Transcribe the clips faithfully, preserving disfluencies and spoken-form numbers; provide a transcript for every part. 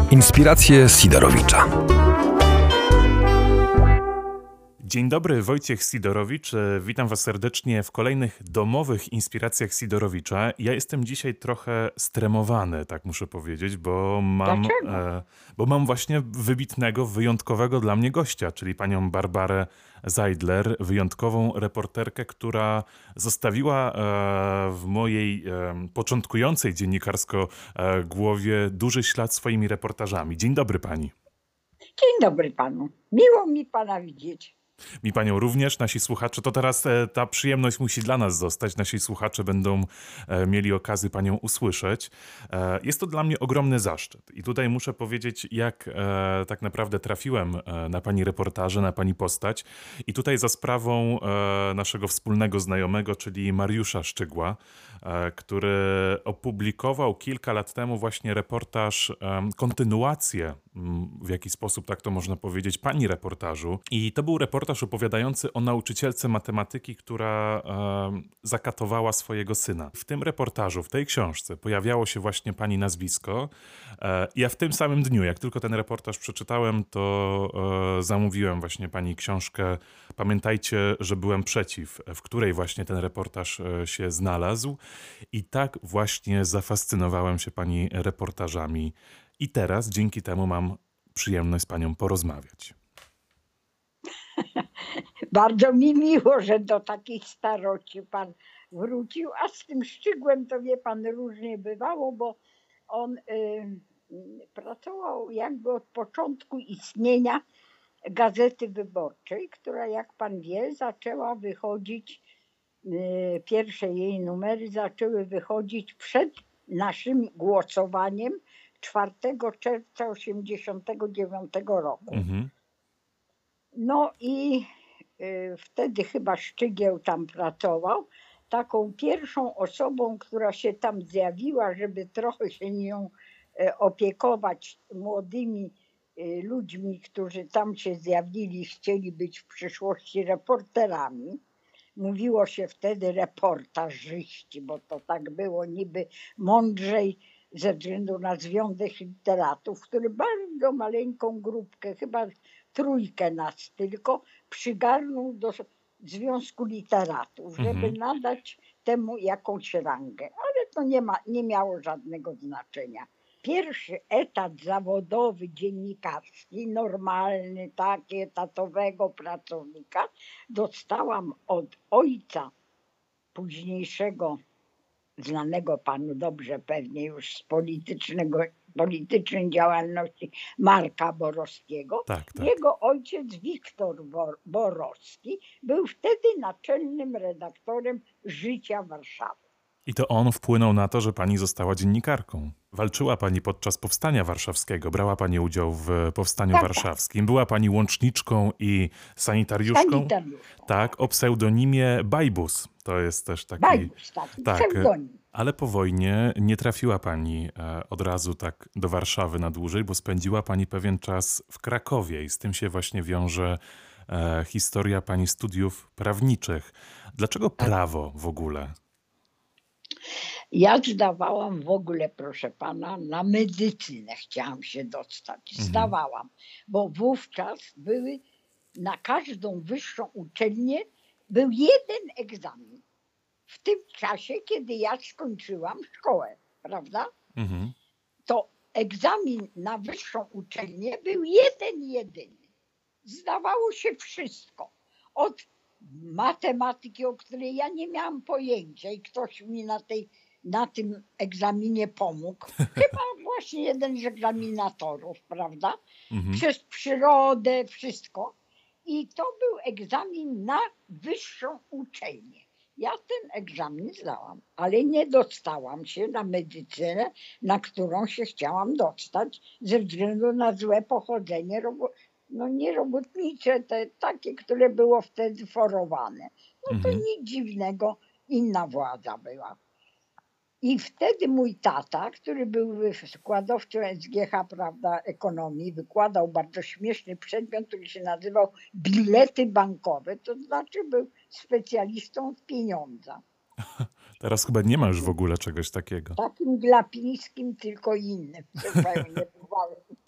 Inspiracje Sidorowicza. Dzień dobry, Wojciech Sidorowicz. Witam Was serdecznie w kolejnych domowych inspiracjach Sidorowicza. Ja jestem dzisiaj trochę stremowany, tak muszę powiedzieć, bo mam, e, bo mam właśnie wybitnego, wyjątkowego dla mnie gościa, czyli panią Barbarę Zeidler, wyjątkową reporterkę, która zostawiła e, w mojej e, początkującej dziennikarsko e, głowie duży ślad swoimi reportażami. Dzień dobry pani. Dzień dobry panu. Miło mi pana widzieć. Mi panią również, nasi słuchacze, to teraz e, ta przyjemność musi dla nas zostać. Nasi słuchacze będą e, mieli okazję panią usłyszeć. E, jest to dla mnie ogromny zaszczyt. I tutaj muszę powiedzieć, jak e, tak naprawdę trafiłem e, na pani reportaże, na pani postać. I tutaj za sprawą e, naszego wspólnego znajomego, czyli Mariusza Szczygła, e, który opublikował kilka lat temu właśnie reportaż, e, kontynuację, w jaki sposób, tak to można powiedzieć, pani reportażu. I to był reportaż opowiadający o nauczycielce matematyki, która e, zakatowała swojego syna. W tym reportażu, w tej książce pojawiało się właśnie pani nazwisko. E, ja w tym samym dniu, jak tylko ten reportaż przeczytałem, to e, zamówiłem właśnie pani książkę Pamiętajcie, że byłem przeciw, w której właśnie ten reportaż e, się znalazł. I tak właśnie zafascynowałem się pani reportażami. I teraz dzięki temu mam przyjemność z panią porozmawiać. Bardzo mi miło, że do takich staroci pan wrócił, a z tym Szczygłem to wie pan różnie bywało, bo on y, pracował jakby od początku istnienia Gazety Wyborczej, która, jak pan wie, zaczęła wychodzić, y, pierwsze jej numery zaczęły wychodzić przed naszym głosowaniem czwartego czerwca osiemdziesiątego dziewiątego roku. Mhm. No i y, wtedy chyba Szczygieł tam pracował. Taką pierwszą osobą, która się tam zjawiła, żeby trochę się nią y, opiekować młodymi y, ludźmi, którzy tam się zjawili, chcieli być w przyszłości reporterami. Mówiło się wtedy reportażyści, bo to tak było niby mądrzej, ze względu na Związek Literatów, który bardzo maleńką grupkę, chyba trójkę nas tylko, przygarnął do Związku Literatów, żeby mhm. nadać temu jakąś rangę. Ale to nie, ma, nie miało żadnego znaczenia. Pierwszy etat zawodowy, dziennikarski, normalny, taki etatowego pracownika, dostałam od ojca późniejszego, znanego panu dobrze pewnie już z politycznego, politycznej działalności, Marka Borowskiego. Tak, tak. Jego ojciec Wiktor Borowski był wtedy naczelnym redaktorem Życia Warszawy. I to on wpłynął na to, że pani została dziennikarką. Walczyła pani podczas Powstania Warszawskiego, brała pani udział w Powstaniu tak, Warszawskim. Tak. Była pani łączniczką i sanitariuszką. Sanitariuszką. Tak, o pseudonimie Bajbus. To jest też taki... Bajbus, tak, tak, pseudonim. Ale po wojnie nie trafiła pani od razu tak do Warszawy na dłużej, bo spędziła pani pewien czas w Krakowie i z tym się właśnie wiąże e, historia pani studiów prawniczych. Dlaczego prawo w ogóle? Ja zdawałam w ogóle, proszę pana, na medycynę chciałam się dostać. Zdawałam, bo wówczas były na każdą wyższą uczelnię był jeden egzamin. W tym czasie, kiedy ja skończyłam szkołę, prawda? Mhm. To egzamin na wyższą uczelnię był jeden, jedyny. Zdawało się wszystko. Od matematyki, o której ja nie miałam pojęcia i ktoś mi na, tej, na tym egzaminie pomógł. Chyba właśnie jeden z egzaminatorów, prawda? Mhm. Przez przyrodę, wszystko. I to był egzamin na wyższą uczelnię. Ja ten egzamin zdałam, ale nie dostałam się na medycynę, na którą się chciałam dostać ze względu na złe pochodzenie robo- no nie robotnicze, te takie, które było wtedy forowane. No to mhm. nic dziwnego, inna władza była. I wtedy mój tata, który był wykładowcą S G H, prawda, ekonomii, wykładał bardzo śmieszny przedmiot, który się nazywał bilety bankowe, to znaczy był specjalistą od pieniądza. Teraz chyba nie ma już w ogóle czegoś takiego. Takim glapińskim, tylko innym. Zupełnie bywałem.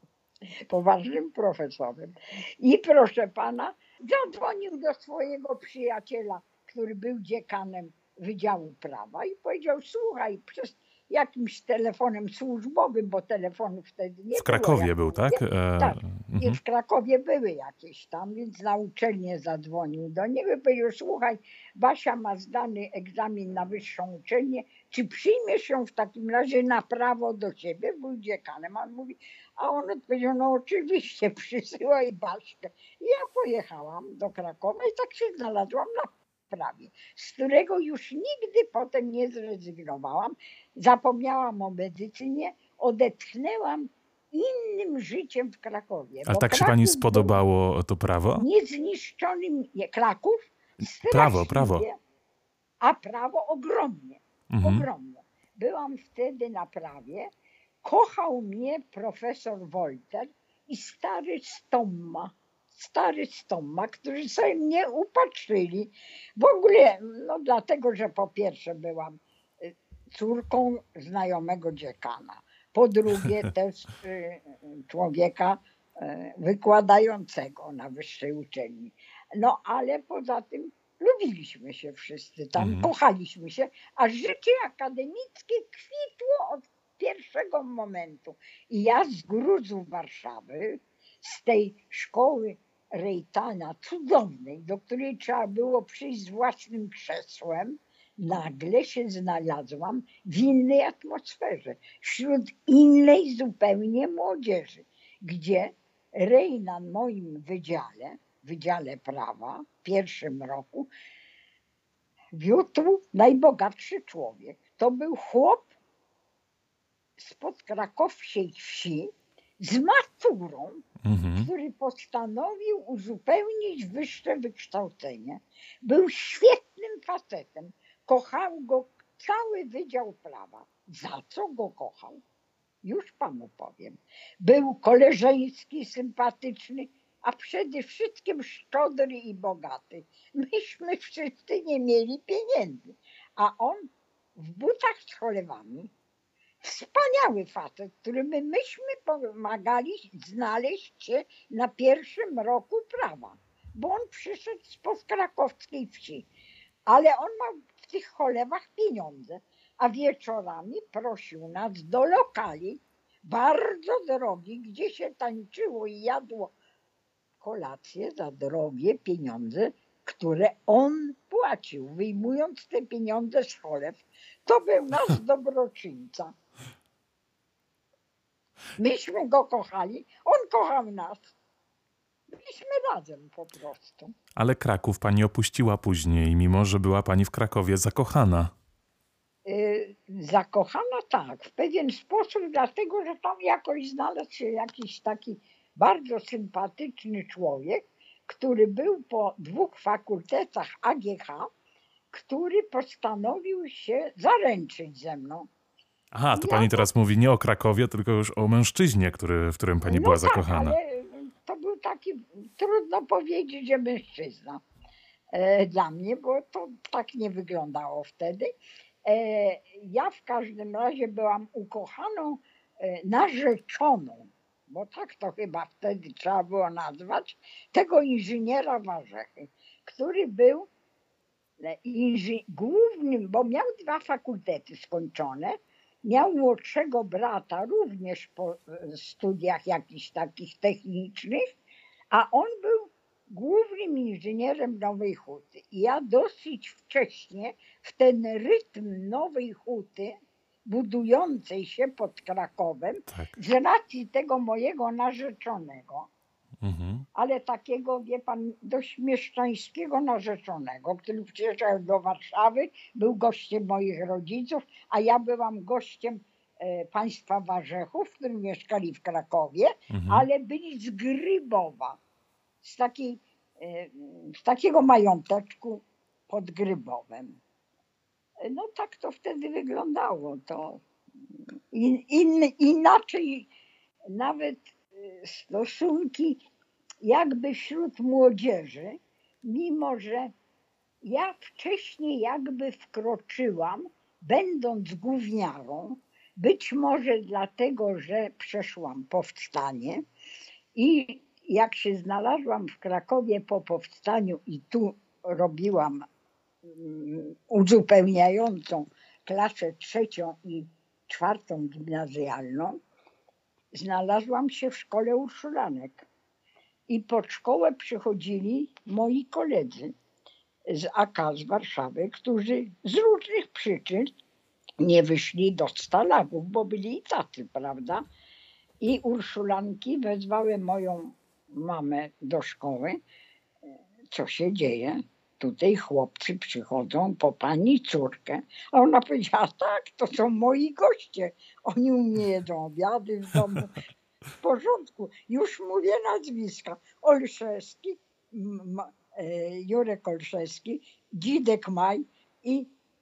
poważnym profesorem. I proszę pana, zadzwonił do swojego przyjaciela, który był dziekanem Wydziału Prawa i powiedział, słuchaj, przez jakimś telefonem służbowym, bo telefonów wtedy nie W było. Krakowie jak był, mówię. tak? E, Tak. I mhm. w Krakowie były jakieś tam, więc na uczelnię zadzwonił do niego i powiedział, słuchaj, Basia ma zdany egzamin na wyższą uczelnię, czy przyjmiesz ją w takim razie na prawo do siebie? Był dziekanem. A on mówi, a on odpowiedział, no oczywiście, przysyłaj Baśkę. I ja pojechałam do Krakowa i tak się znalazłam na prawie, z którego już nigdy potem nie zrezygnowałam. Zapomniałam o medycynie, odetchnęłam innym życiem w Krakowie. Ale bo tak się Kraków pani był spodobało to prawo? niezniszczonym, nie, Kraków Prawo, prawo. straszliwie, a prawo ogromnie, Mhm. ogromnie. Byłam wtedy na prawie, kochał mnie profesor Wolter i stary Stomma, stary Stomma, którzy sobie mnie upatrzyli. W ogóle, no dlatego, że po pierwsze byłam y, córką znajomego dziekana, po drugie też y, człowieka y, wykładającego na wyższej uczelni. No ale poza tym lubiliśmy się wszyscy tam, Mhm. kochaliśmy się, a życie akademickie kwitło od pierwszego momentu. I ja z gruzów Warszawy, z tej szkoły Rejtana cudownej, do której trzeba było przyjść z własnym krzesłem, nagle się znalazłam w innej atmosferze, wśród innej zupełnie młodzieży, gdzie Rejnan w moim wydziale, Wydziale Prawa w pierwszym roku, wiódł najbogatszy człowiek. To był chłop spod krakowskiej wsi z maturą, Mhm. który postanowił uzupełnić wyższe wykształcenie. Był świetnym facetem. Kochał go cały Wydział Prawa. Za co go kochał? Już panu powiem. Był koleżeński, sympatyczny, a przede wszystkim szczodry i bogaty. Myśmy wszyscy nie mieli pieniędzy, a on w butach z cholewami, wspaniały facet, którym myśmy pomagali znaleźć się na pierwszym roku prawa, bo on przyszedł spod krakowskiej wsi, ale on ma w tych cholewach pieniądze, a wieczorami prosił nas do lokali bardzo drogich, gdzie się tańczyło i jadło kolację za drogie pieniądze, które on płacił, wyjmując te pieniądze z cholew. To był nasz dobroczyńca. Myśmy go kochali, on kochał nas. Byliśmy razem po prostu. Ale Kraków pani opuściła później, mimo że była pani w Krakowie zakochana. Yy, zakochana tak, w pewien sposób, dlatego że tam jakoś znalazł się jakiś taki bardzo sympatyczny człowiek, który był po dwóch fakultetach A G H, który postanowił się zaręczyć ze mną. Aha, to Ja pani teraz mówi nie o Krakowie, tylko już o mężczyźnie, który, w którym pani no była tak, zakochana. ale to był taki, trudno powiedzieć, że mężczyzna e, dla mnie, bo to tak nie wyglądało wtedy. E, ja w każdym razie byłam ukochaną e, narzeczoną, bo tak to chyba wtedy trzeba było nazwać, tego inżyniera Warzechy, który był e, inży- głównym, bo miał dwa fakultety skończone, miał młodszego brata również po e, studiach jakichś takich technicznych, a on był głównym inżynierem Nowej Huty. I ja dosyć wcześnie w ten rytm Nowej Huty, budującej się pod Krakowem, Tak. z racji tego mojego narzeczonego, Mhm. ale takiego, wie pan, dość mieszczańskiego narzeczonego, który przyjeżdżał do Warszawy, był gościem moich rodziców, a ja byłam gościem e, państwa Warzechów, którzy mieszkali w Krakowie, Mhm. ale byli z Grybowa, z, takiej, e, z takiego mająteczku pod Grybowem. E, No tak to wtedy wyglądało. To in, in, inaczej nawet e, stosunki jakby wśród młodzieży, mimo że ja wcześniej jakby wkroczyłam, będąc gówniarą, Być może dlatego, że przeszłam powstanie i jak się znalazłam w Krakowie po powstaniu i tu robiłam mm, uzupełniającą klasę trzecią i czwartą gimnazjalną, znalazłam się w szkole Urszulanek. I pod szkołę przychodzili moi koledzy z A K z Warszawy, którzy z różnych przyczyn nie wyszli do Stalaków, bo byli i tacy, prawda? I Urszulanki wezwały moją mamę do szkoły. Co się dzieje? Tutaj chłopcy przychodzą po pani córkę. A ona powiedziała, tak, to są moi goście. Oni u mnie jedzą obiady w domu. W porządku. Już mówię nazwiska. Olszewski, M- e, Jurek Olszewski, Dzidek Maj i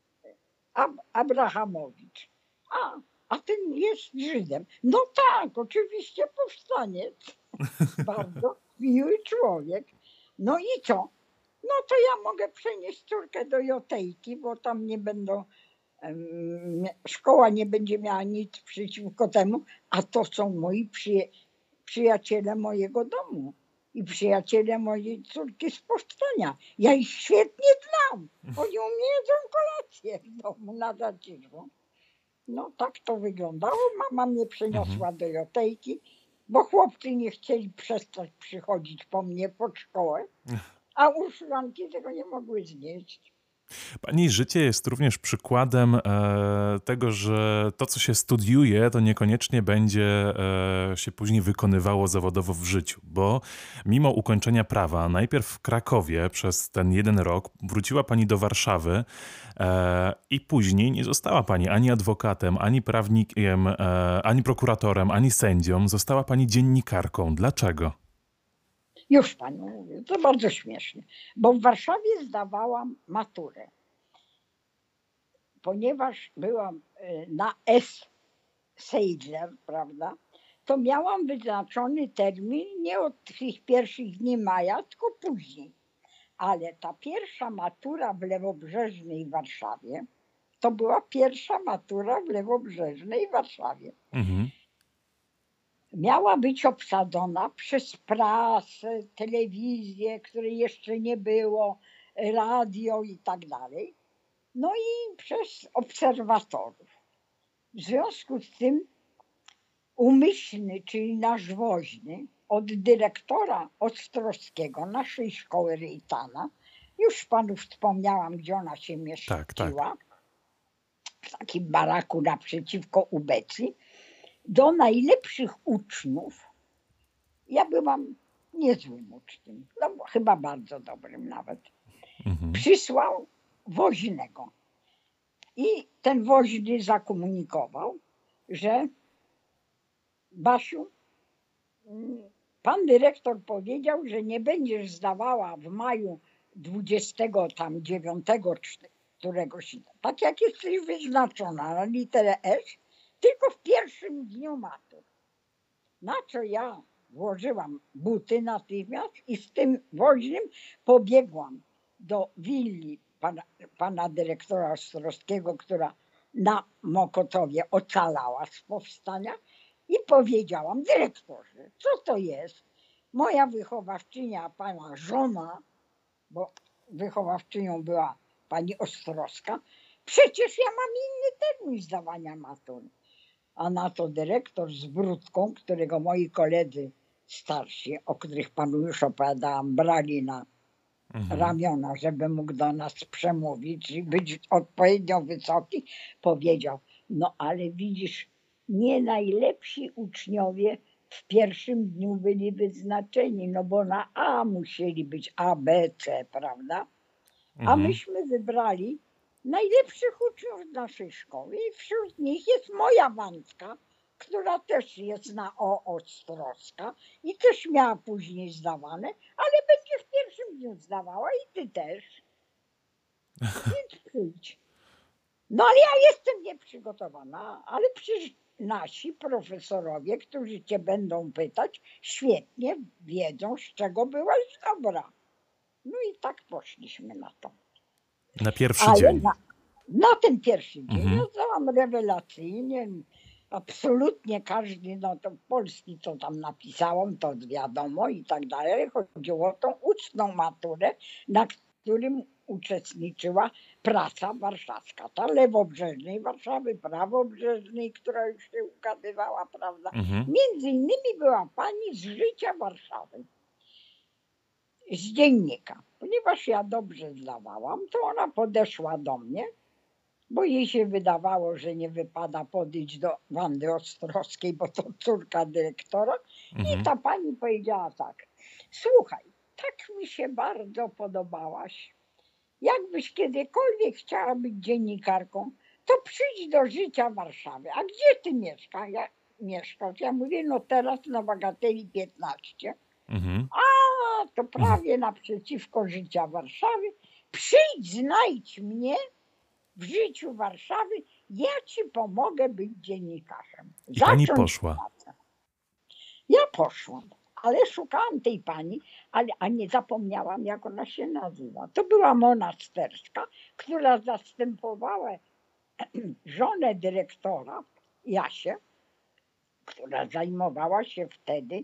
Ab- Abrahamowicz. A, a ten jest Żydem. No tak, oczywiście powstaniec. Bardzo miły człowiek. No i co? No to ja mogę przenieść córkę do Jotejki, bo tam nie będą, em, szkoła nie będzie miała nic przeciwko temu, a to są moi przyja- przyjaciele mojego domu i przyjaciele mojej córki z powstania. Ja ich świetnie znam. Oni u mnie jedzą kolację w domu na Zaciszło. No tak to wyglądało. Mama mnie przeniosła do Jotejki, bo chłopcy nie chcieli przestać przychodzić po mnie pod szkołę, a Urszulanki tego nie mogły znieść. Pani życie jest również przykładem e, tego, że to, co się studiuje, to niekoniecznie będzie e, się później wykonywało zawodowo w życiu, bo mimo ukończenia prawa, najpierw w Krakowie przez ten jeden rok, wróciła pani do Warszawy e, i później nie została pani ani adwokatem, ani prawnikiem, e, ani prokuratorem, ani sędzią. Została pani dziennikarką. Dlaczego? Już panu mówię, to bardzo śmieszne, bo w Warszawie zdawałam maturę. Ponieważ byłam y, na S. Seidler, prawda, to miałam wyznaczony termin nie od tych pierwszych dni maja, tylko później. Ale ta pierwsza matura w Lewobrzeżnej Warszawie, to była pierwsza matura w Lewobrzeżnej Warszawie. Mhm. Miała być obsadzona przez prasę, telewizję, której jeszcze nie było, radio i tak dalej. No i przez obserwatorów. W związku z tym Umyślny, czyli nasz woźny, od dyrektora Ostrowskiego, naszej szkoły Rejtana, już panu wspomniałam, gdzie ona się mieściła, Tak, tak. w takim baraku naprzeciwko Ubecji, do najlepszych uczniów. Ja byłam niezłym uczniem, no, chyba bardzo dobrym nawet. Mhm. Przysłał woźnego. I ten woźny zakomunikował, że Basiu, pan dyrektor powiedział, że nie będziesz zdawała w maju dwudziestego dziewiątego któregoś, tak jak jesteś wyznaczona na literę S, tylko w pierwszym dniu matur. Na co ja włożyłam buty natychmiast i z tym woźnym pobiegłam do willi pana, pana dyrektora Ostrowskiego, która na Mokotowie ocalała z powstania, i powiedziałam: dyrektorze, co to jest? Moja wychowawczynia, pana żona, bo wychowawczynią była pani Ostrowska, przecież ja mam inny termin zdawania matury. A na to dyrektor z brudką, którego moi koledzy starsi, o których panu już opowiadałam, brali na mhm. ramiona, żeby mógł do nas przemówić i być odpowiednio wysoki, powiedział: no ale widzisz, nie najlepsi uczniowie w pierwszym dniu byli wyznaczeni, no bo na A musieli być A, B, C, prawda? A Mhm. myśmy wybrali najlepszych uczniów z naszej szkoły i wśród nich jest moja Wandzka, która też jest na O Ostrowska i też miała później zdawane, ale będzie w pierwszym dniu zdawała i ty też. Więc przyjdź. No ale ja jestem nieprzygotowana, ale przecież nasi profesorowie, którzy cię będą pytać, świetnie wiedzą, z czego byłaś dobra. No i tak poszliśmy na to. Na pierwszy Ale dzień. Na, na ten pierwszy dzień Mhm. ja zdałam rewelacyjnie. absolutnie każdy, no to polski, co tam napisałam, to wiadomo i tak dalej. Chodziło o tą ustną maturę, na którym uczestniczyła praca warszawska, ta lewobrzeżnej Warszawy, prawobrzeżnej, która już się ukazywała, prawda. Mhm. Między innymi była pani z życia Warszawy, z dziennika. Ponieważ ja dobrze zdawałam, to ona podeszła do mnie, bo jej się wydawało, że nie wypada podejść do Wandy Ostrowskiej, bo to córka dyrektora. Mhm. I ta pani powiedziała tak: słuchaj, tak mi się bardzo podobałaś. Jakbyś kiedykolwiek chciała być dziennikarką, to przyjdź do życia Warszawy. A gdzie ty mieszkasz? Ja, mieszkasz? Ja mówię, no teraz na Bagateli piętnaście. Mhm. A, to prawie naprzeciwko życia Warszawy. Przyjdź, znajdź mnie w życiu Warszawy, ja ci pomogę być dziennikarzem. I pani Zacząć poszła. pracę. Ja poszłam, ale szukałam tej pani, ale, a nie zapomniałam, jak ona się nazywa. To była monasterska, która zastępowała żonę dyrektora, Jasię, która zajmowała się wtedy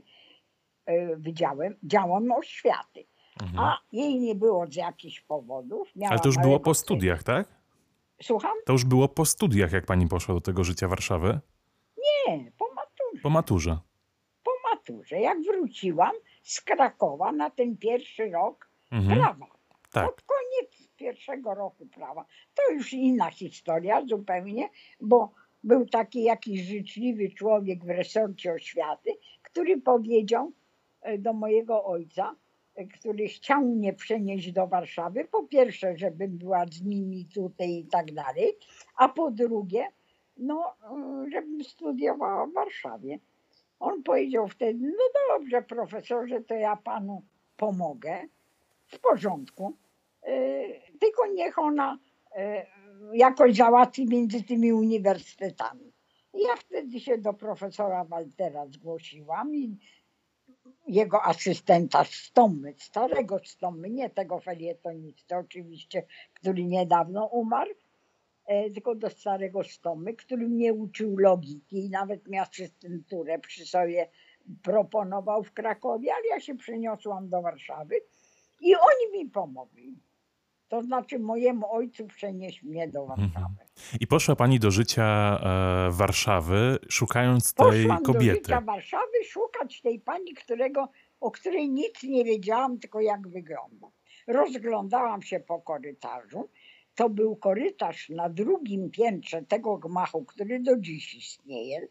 y, wydziałem, działem oświaty. Mhm. A jej nie było z jakichś powodów. Miała Ale to już było małego po syna. studiach, tak? Słucham? To już było po studiach, jak pani poszła do tego życia Warszawy? Nie, po maturze. Po maturze. Po maturze. Jak wróciłam z Krakowa na ten pierwszy rok Mhm. prawa. Tak. Pod koniec pierwszego roku prawa. To już inna historia zupełnie, bo był taki jakiś życzliwy człowiek w resorcie oświaty, który powiedział e, do mojego ojca, e, który chciał mnie przenieść do Warszawy, po pierwsze, żebym była z nimi tutaj i tak dalej, a po drugie, no, e, żebym studiowała w Warszawie. On powiedział wtedy: no dobrze, profesorze, to ja panu pomogę, w porządku, Yy, tylko niech ona yy, jakoś załatwi między tymi uniwersytetami. I ja wtedy się do profesora Waltera zgłosiłam i jego asystenta Stommy, starego Stommy, nie tego felietonisty oczywiście, który niedawno umarł, e, tylko do starego Stommy, który mnie uczył logiki i nawet mi asystenturę przy sobie proponował w Krakowie, ale ja się przeniosłam do Warszawy i oni mi pomogli. To znaczy mojemu ojcu przenieść mnie do Warszawy. Mhm. I poszła pani do życia e, Warszawy, szukając tej Poszłam do kobiety. życia Warszawy szukać tej pani, którego, o której nic nie wiedziałam, tylko jak wygląda. Rozglądałam się po korytarzu. To był korytarz na drugim piętrze tego gmachu, który do dziś istnieje.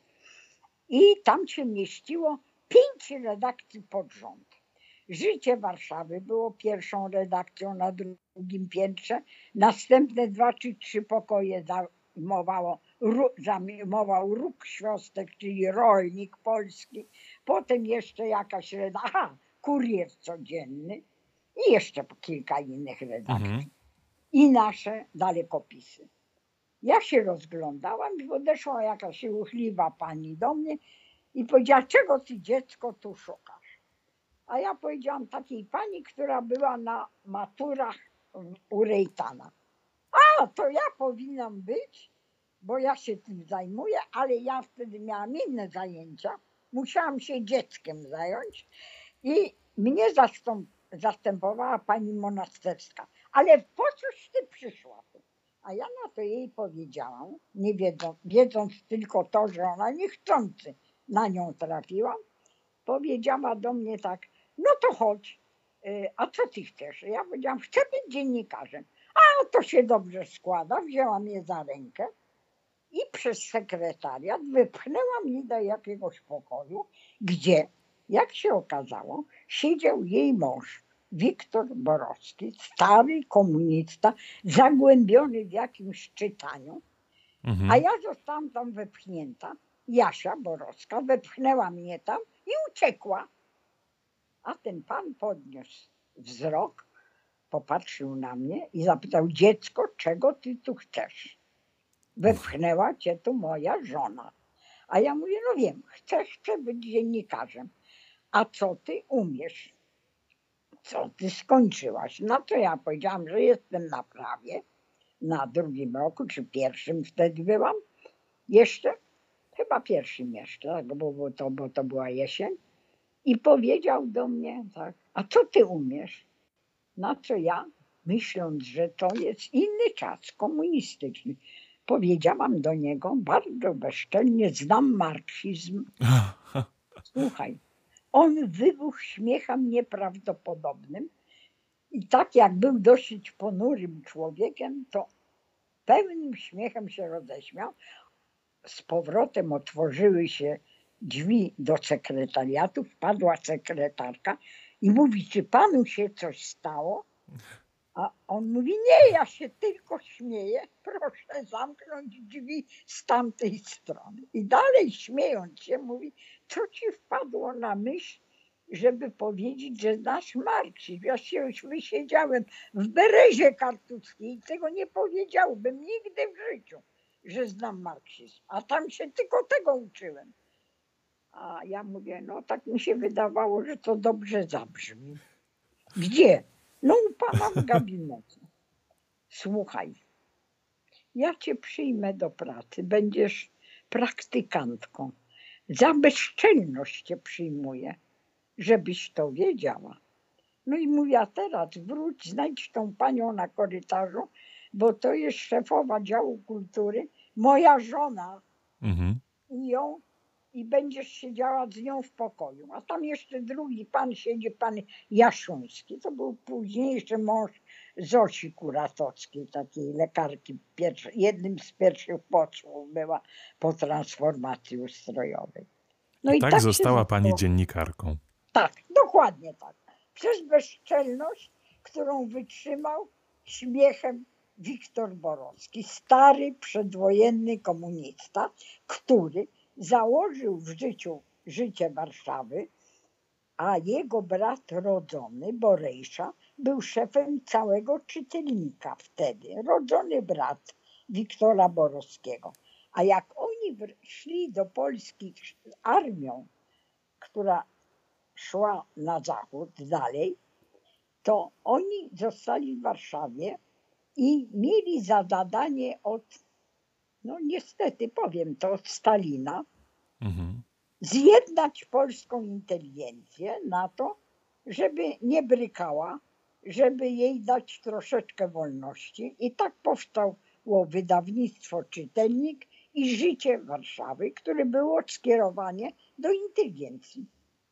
I tam się mieściło pięć redakcji pod rząd. Życie Warszawy było pierwszą redakcją na drugim piętrze. Następne dwa czy trzy pokoje zajmowało, zajmował Róg Świąstek, czyli Rolnik Polski. Potem jeszcze jakaś redakcja, aha, Kurier Codzienny i jeszcze kilka innych redakcji. Mhm. I nasze dalekopisy. Ja się rozglądałam i podeszła jakaś ruchliwa pani do mnie i powiedziała: czego ty, dziecko, tu szukasz? A ja powiedziałam takiej pani, która była na maturach u Rejtana. A, to ja powinnam być, bo ja się tym zajmuję, ale ja wtedy miałam inne zajęcia. Musiałam się dzieckiem zająć i mnie zastąp, zastępowała pani monasterska. Ale po coś ty przyszła tu? A ja na to jej powiedziałam, nie wiedząc, wiedząc tylko to, że ona niechcący na nią trafiła, powiedziała do mnie tak: no to chodź, a co ty chcesz? Ja powiedziałam: chcę być dziennikarzem. A to się dobrze składa. Wzięłam je za rękę i przez sekretariat wypchnęła mnie do jakiegoś pokoju, gdzie, jak się okazało, siedział jej mąż, Wiktor Borowski, stary komunista, zagłębiony w jakimś czytaniu. Mhm. A ja zostałam tam wepchnięta. Jasia Borowska wepchnęła mnie tam i uciekła. A ten pan podniósł wzrok, popatrzył na mnie i zapytał: dziecko, czego ty tu chcesz? Wepchnęła cię tu moja żona. A ja mówię: no wiem, chcę, chcę być dziennikarzem. A co ty umiesz? Co ty skończyłaś? No to ja powiedziałam, że jestem na prawie, na drugim roku, czy pierwszym wtedy byłam jeszcze. chyba pierwszym jeszcze, tak, bo, bo, to, bo to była jesień. I powiedział do mnie tak, a co ty umiesz? Na co ja, myśląc, że to jest inny czas, komunistyczny, powiedziałam do niego bardzo bezczelnie, znam marksizm. Słuchaj, on wybuchł śmiechem nieprawdopodobnym i tak jak był dosyć ponurym człowiekiem, to pełnym śmiechem się roześmiał. Z powrotem otworzyły się drzwi do sekretariatu, wpadła sekretarka i mówi, czy panu się coś stało? A on mówi, nie, ja się tylko śmieję, proszę zamknąć drzwi z tamtej strony. I dalej śmiejąc się mówi, co ci wpadło na myśl, żeby powiedzieć, że znasz marksizm. Ja się wysiedziałem w berezie kartuckiej i tego nie powiedziałbym nigdy w życiu, że znam marksizm. A tam się tylko tego uczyłem. A ja mówię, no tak mi się wydawało, że to dobrze zabrzmi. Gdzie? No u pana w gabinecie. Słuchaj, ja cię przyjmę do pracy, będziesz praktykantką. Za bezczelność cię przyjmuję, żebyś to wiedziała. No i mówię, a teraz wróć, znajdź tą panią na korytarzu, bo to jest szefowa działu kultury, moja żona Mhm. i ją i będziesz siedziała z nią w pokoju. A tam jeszcze drugi pan siedzi, pan Jaszuński. To był późniejszy mąż Zosi Kuratowskiej, takiej lekarki, pierwszy, jednym z pierwszych posłów była po transformacji ustrojowej. No I i tak, tak się została pani zaczęło. dziennikarką. Tak, dokładnie tak. Przez bezczelność, którą wytrzymał śmiechem Wiktor Borowski, stary przedwojenny komunista, który założył w życiu życie Warszawy, a jego brat rodzony, Borejsza, był szefem całego czytelnika wtedy. Rodzony brat Wiktora Borowskiego. A jak oni szli do Polski z armią, która szła na zachód dalej, to oni zostali w Warszawie i mieli za zadanie od, no niestety powiem to, od Stalina, Mhm. zjednać polską inteligencję na to, żeby nie brykała, żeby jej dać troszeczkę wolności. I tak powstało wydawnictwo Czytelnik i Życie Warszawy, które było skierowane do inteligencji.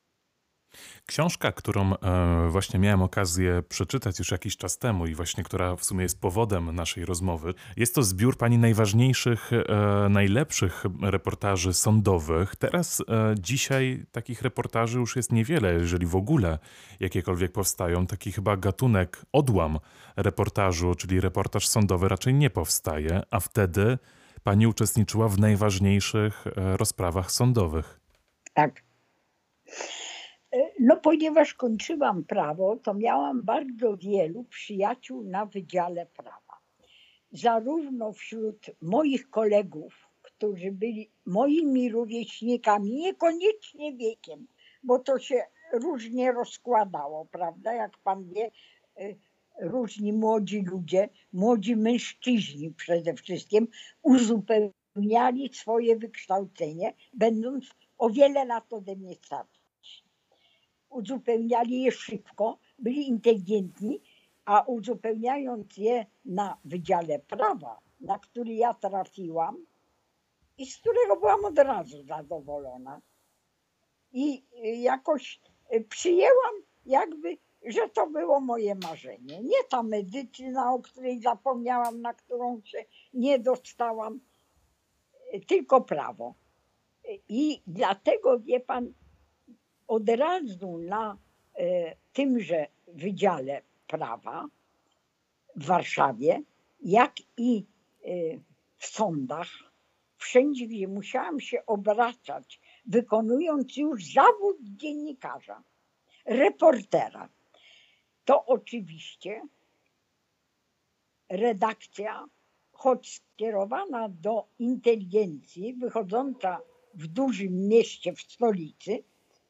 Książka, którą e, właśnie miałem okazję przeczytać już jakiś czas temu i właśnie która w sumie jest powodem naszej rozmowy, jest to zbiór pani najważniejszych, e, najlepszych reportaży sądowych. Teraz, e, dzisiaj takich reportaży już jest niewiele, jeżeli w ogóle jakiekolwiek powstają. Taki chyba gatunek, odłam reportażu, czyli reportaż sądowy raczej nie powstaje, a wtedy pani uczestniczyła w najważniejszych e, rozprawach sądowych. Tak. No ponieważ kończyłam prawo, to miałam bardzo wielu przyjaciół na Wydziale Prawa. Zarówno wśród moich kolegów, którzy byli moimi rówieśnikami, niekoniecznie wiekiem, bo to się różnie rozkładało, prawda? Jak pan wie, różni młodzi ludzie, młodzi mężczyźni przede wszystkim uzupełniali swoje wykształcenie, będąc o wiele lat ode mnie starsi. Uzupełniali je szybko, byli inteligentni, a uzupełniając je na Wydziale Prawa, na który ja trafiłam i z którego byłam od razu zadowolona. I jakoś przyjęłam jakby, że to było moje marzenie. Nie ta medycyna, o której zapomniałam, na którą się nie dostałam, tylko prawo. I dlatego, wie pan, od razu na e, tymże Wydziale Prawa w Warszawie, jak i e, w sądach, wszędzie, gdzie musiałam się obracać, wykonując już zawód dziennikarza, reportera, to oczywiście redakcja, choć skierowana do inteligencji, wychodząca w dużym mieście, w stolicy,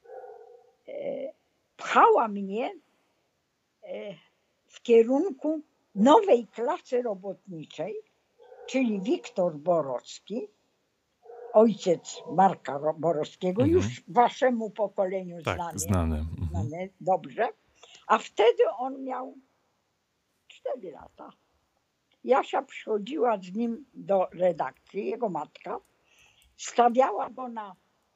pchała mnie w kierunku nowej klasy robotniczej, czyli Wiktor Borowski, ojciec Marka Borowskiego, Mhm. już waszemu pokoleniu Tak, znany, znany. Mhm. znany dobrze, a wtedy on miał cztery lata. Jasia przychodziła z nim do redakcji, jego matka, stawiała go na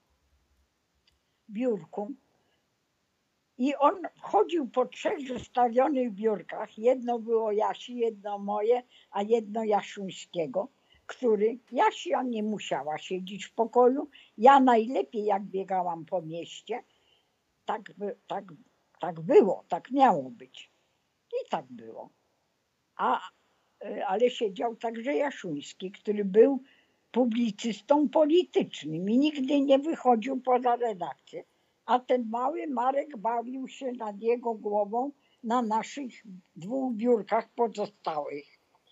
biurku i on chodził po trzech zostawionych biurkach. Jedno było Jasi, jedno moje, a jedno Jasiuńskiego, który, Jasia nie musiała siedzieć w pokoju. Ja najlepiej jak biegałam po mieście, tak, by, tak, tak było, tak miało być. I tak było. A, ale siedział także Jasiuński, który był publicystą politycznym i nigdy nie wychodził poza redakcję. A ten mały Marek bawił się nad jego głową na naszych dwóch biurkach pozostałych.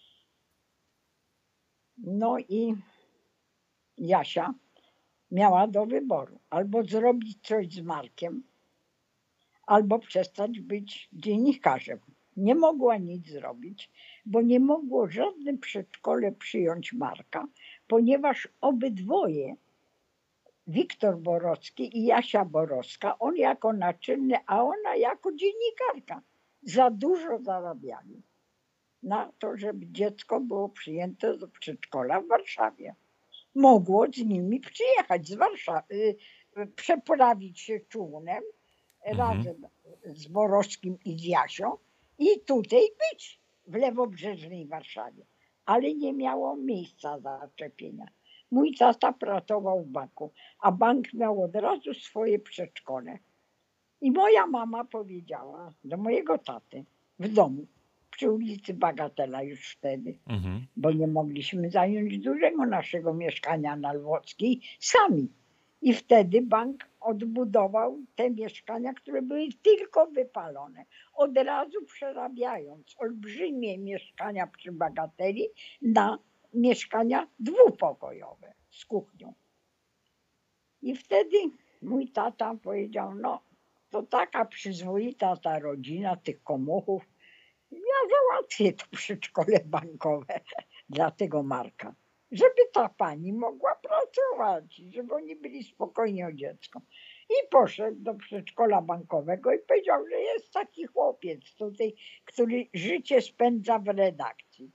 No i Jasia miała do wyboru albo zrobić coś z Markiem, albo przestać być dziennikarzem. Nie mogła nic zrobić, bo nie mogło żadne przedszkole przyjąć Marka, ponieważ obydwoje, Wiktor Borowski i Jasia Borowska, on jako naczelny, a ona jako dziennikarka, za dużo zarabiali na to, żeby dziecko było przyjęte do przedszkola w Warszawie. Mogło z nimi przyjechać z Warszawy, przeprawić się czółnem Mhm. razem z Borowskim i z Jasią i tutaj być w lewobrzeżnej Warszawie. Ale nie miało miejsca zaczepienia. Mój tata pracował w banku, a bank miał od razu swoje przedszkole. I moja mama powiedziała do mojego taty w domu, przy ulicy Bagatela już wtedy, Mhm. bo nie mogliśmy zająć dużego naszego mieszkania na Lwowskiej sami. I wtedy bank odbudował te mieszkania, które były tylko wypalone, od razu przerabiając olbrzymie mieszkania przy Bagateli na mieszkania dwupokojowe z kuchnią. I wtedy mój tata powiedział, no to taka przyzwoita ta rodzina tych komuchów, ja załatwię to przedszkole bankowe dla tego Marka, żeby ta pani mogła pracować, żeby oni byli spokojni o dziecko. I poszedł do przedszkola bankowego i powiedział, że jest taki chłopiec tutaj, który życie spędza w redakcji.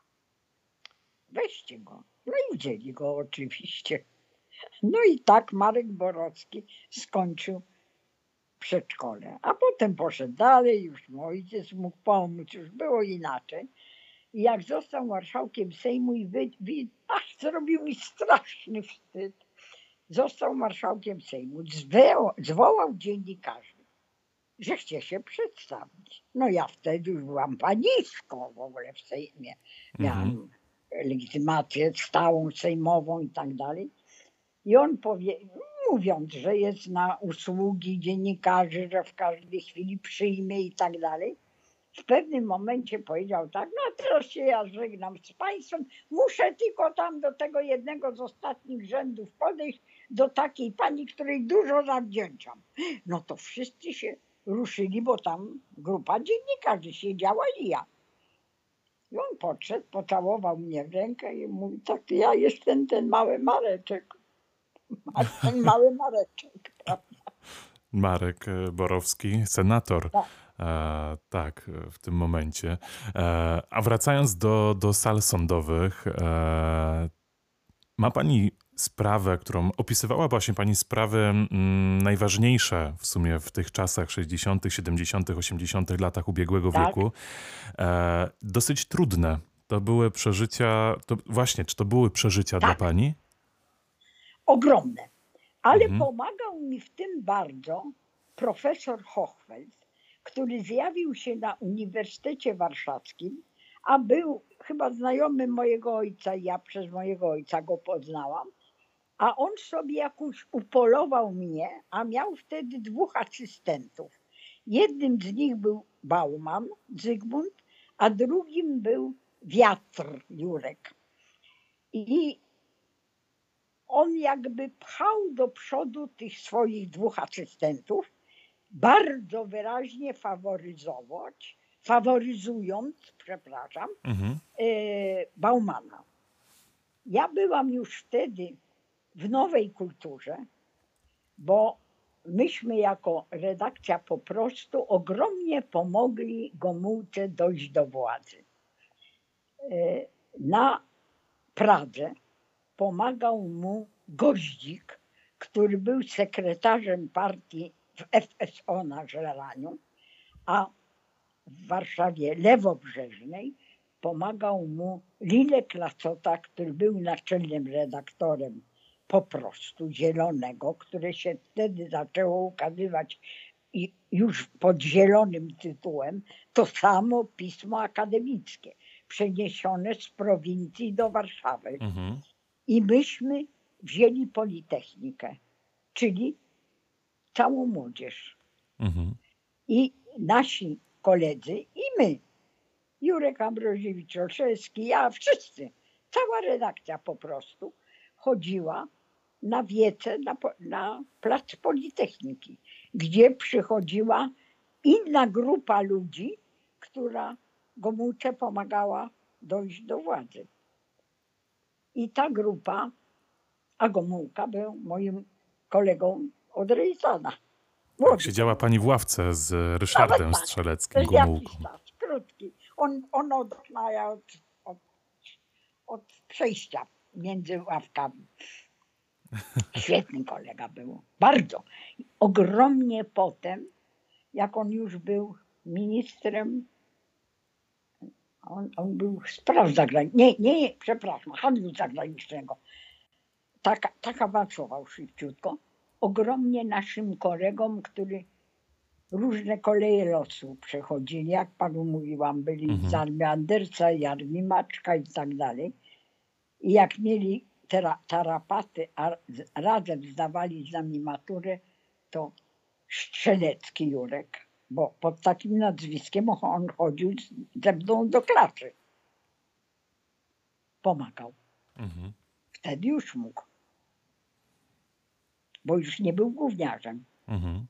Weźcie go. No i wzięli go oczywiście. No i tak Marek Borowski skończył przedszkole. A potem poszedł dalej, już mój ojciec mógł pomóc, już było inaczej. I jak został marszałkiem Sejmu i wy, wy, ach, zrobił mi straszny wstyd. Został marszałkiem Sejmu, zwołał, zwołał dziennikarzy, że chce się przedstawić. No ja wtedy już byłam paniczką w ogóle w Sejmie. Miałam Mhm. legitymację stałą sejmową i tak dalej. I on powie, mówiąc, że jest na usługi dziennikarzy, że w każdej chwili przyjmie i tak dalej, w pewnym momencie powiedział tak, no teraz się ja żegnam z państwem, muszę tylko tam do tego jednego z ostatnich rzędów podejść, do takiej pani, której dużo zawdzięczam. No to wszyscy się ruszyli, bo tam grupa dziennikarzy siedziała i ja. I on podszedł, pocałował mnie w rękę i mówi tak, ja jestem ten mały Mareczek. Ten mały Mareczek, prawda? Marek e, Borowski, senator. Tak. E, tak, e, w tym momencie. E, a wracając do, do sal sądowych, e, ma pani sprawę, którą opisywała właśnie pani sprawy mm, najważniejsze w sumie w tych czasach sześćdziesiątych, siedemdziesiątych, osiemdziesiątych latach ubiegłego Tak. wieku. E, dosyć trudne. To były przeżycia, to właśnie, czy to były przeżycia dla Tak. pani? Ogromne. Ale Mhm. pomagał mi w tym bardzo profesor Hochfeld, który zjawił się na Uniwersytecie Warszawskim, a był chyba znajomy mojego ojca i ja przez mojego ojca go poznałam. A on sobie jakoś upolował mnie, a miał wtedy dwóch asystentów. Jednym z nich był Bauman, Zygmunt, a drugim był Wiatr, Jurek. I on jakby pchał do przodu tych swoich dwóch asystentów, bardzo wyraźnie faworyzować, faworyzując, przepraszam, Mhm. e, Baumana. Ja byłam już wtedy w nowej kulturze, bo myśmy jako redakcja po prostu ogromnie pomogli Gomułce dojść do władzy. Na Pradze pomagał mu Goździk, który był sekretarzem partii w F S O na Żeraniu, a w Warszawie Lewobrzeżnej pomagał mu Lilek Lacota, który był naczelnym redaktorem po prostu Zielonego, które się wtedy zaczęło ukazywać i już pod zielonym tytułem, to samo pismo akademickie, przeniesione z prowincji do Warszawy. Mhm. I myśmy wzięli Politechnikę, czyli całą młodzież. Mhm. I nasi koledzy i my, Jurek Ambroziewicz-Olszewski, ja, wszyscy, cała redakcja po prostu chodziła na wiece na, na plac Politechniki, gdzie przychodziła inna grupa ludzi, która Gomułce pomagała dojść do władzy. I ta grupa, a Gomułka był moim kolegą od Rejsona. Tak, siedziała pani w ławce z Ryszardem tak, Strzeleckim, przez Gomułką. jakiś czas, krótki. On, on od okna, ja od, od, od przejścia między ławkami. Świetny kolega był, bardzo. Ogromnie potem, jak on już był ministrem, on, on był spraw zagranicznych, nie, nie, przepraszam, handlu zagranicznego. Tak, tak awansował szybciutko. Ogromnie naszym kolegom, którzy różne koleje losu przechodzili, jak panu mówiłam, byli Mhm. z armii Andersa i armii Maczka i tak dalej. I jak mieli tera, tarapaty, a razem zdawali z nami maturę, to Strzelecki Jurek, bo pod takim nazwiskiem on chodził ze mną do klasy. Pomagał. Mhm. Wtedy już mógł. Bo już nie był gówniarzem. Mhm.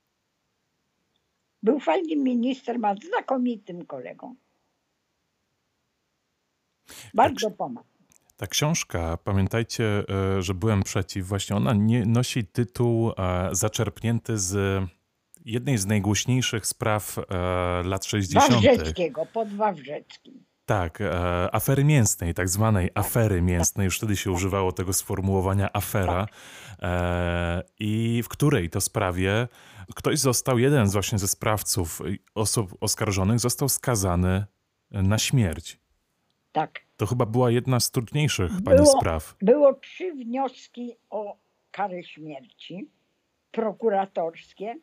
Był fajnym ministrem, a znakomitym kolegą. Bardzo pomagał. Ta książka, pamiętajcie, e, że byłem przeciw, właśnie ona nie nosi tytuł e, zaczerpnięty z jednej z najgłośniejszych spraw e, lat sześćdziesiątych. Wawrzeckiego, pod Wawrzeckim. Tak, e, afery mięsnej, tak zwanej afery mięsnej, już wtedy się używało tego sformułowania afera, e, i w której to sprawie ktoś został, jeden z właśnie ze sprawców, osób oskarżonych został skazany na śmierć. Tak. To chyba była jedna z trudniejszych pani Było, spraw. było trzy wnioski o karę śmierci prokuratorskie.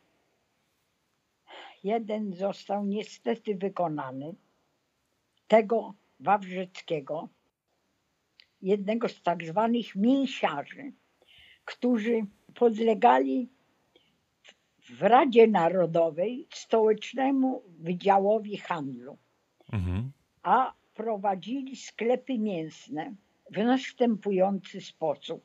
Jeden został niestety wykonany. Tego Wawrzeckiego, jednego z tak zwanych mięsiarzy, którzy podlegali w Radzie Narodowej Stołecznemu Wydziałowi Handlu, Mhm. a prowadzili sklepy mięsne w następujący sposób.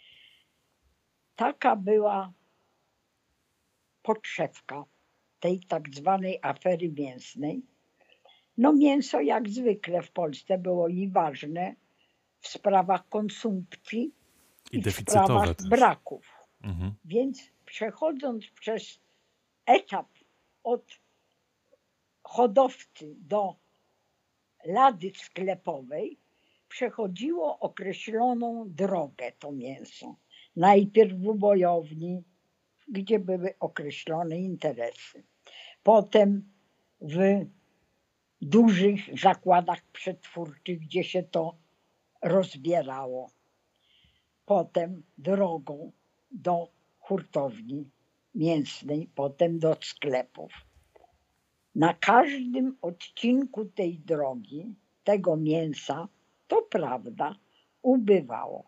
Taka była podszewka tej tak zwanej afery mięsnej. No mięso jak zwykle w Polsce było i ważne w sprawach konsumpcji I i w deficytowe sprawach też. braków. Mhm. Więc przechodząc przez etap od hodowcy do lady sklepowej, przechodziło określoną drogę to mięso. Najpierw w ubojowni, gdzie były określone interesy. Potem w dużych zakładach przetwórczych, gdzie się to rozbierało. Potem drogą do hurtowni mięsnej, potem do sklepów. Na każdym odcinku tej drogi, tego mięsa, to prawda, ubywało.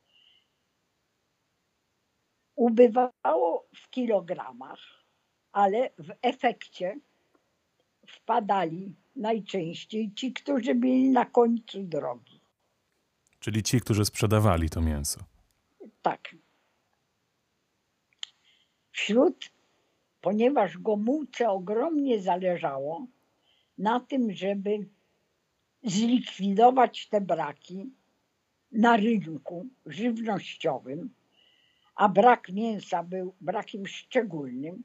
Ubywało w kilogramach, ale w efekcie wpadali najczęściej ci, którzy byli na końcu drogi. Czyli ci, którzy sprzedawali to mięso. Tak. Wśród, ponieważ Gomułce ogromnie zależało na tym, żeby zlikwidować te braki na rynku żywnościowym, a brak mięsa był brakiem szczególnym,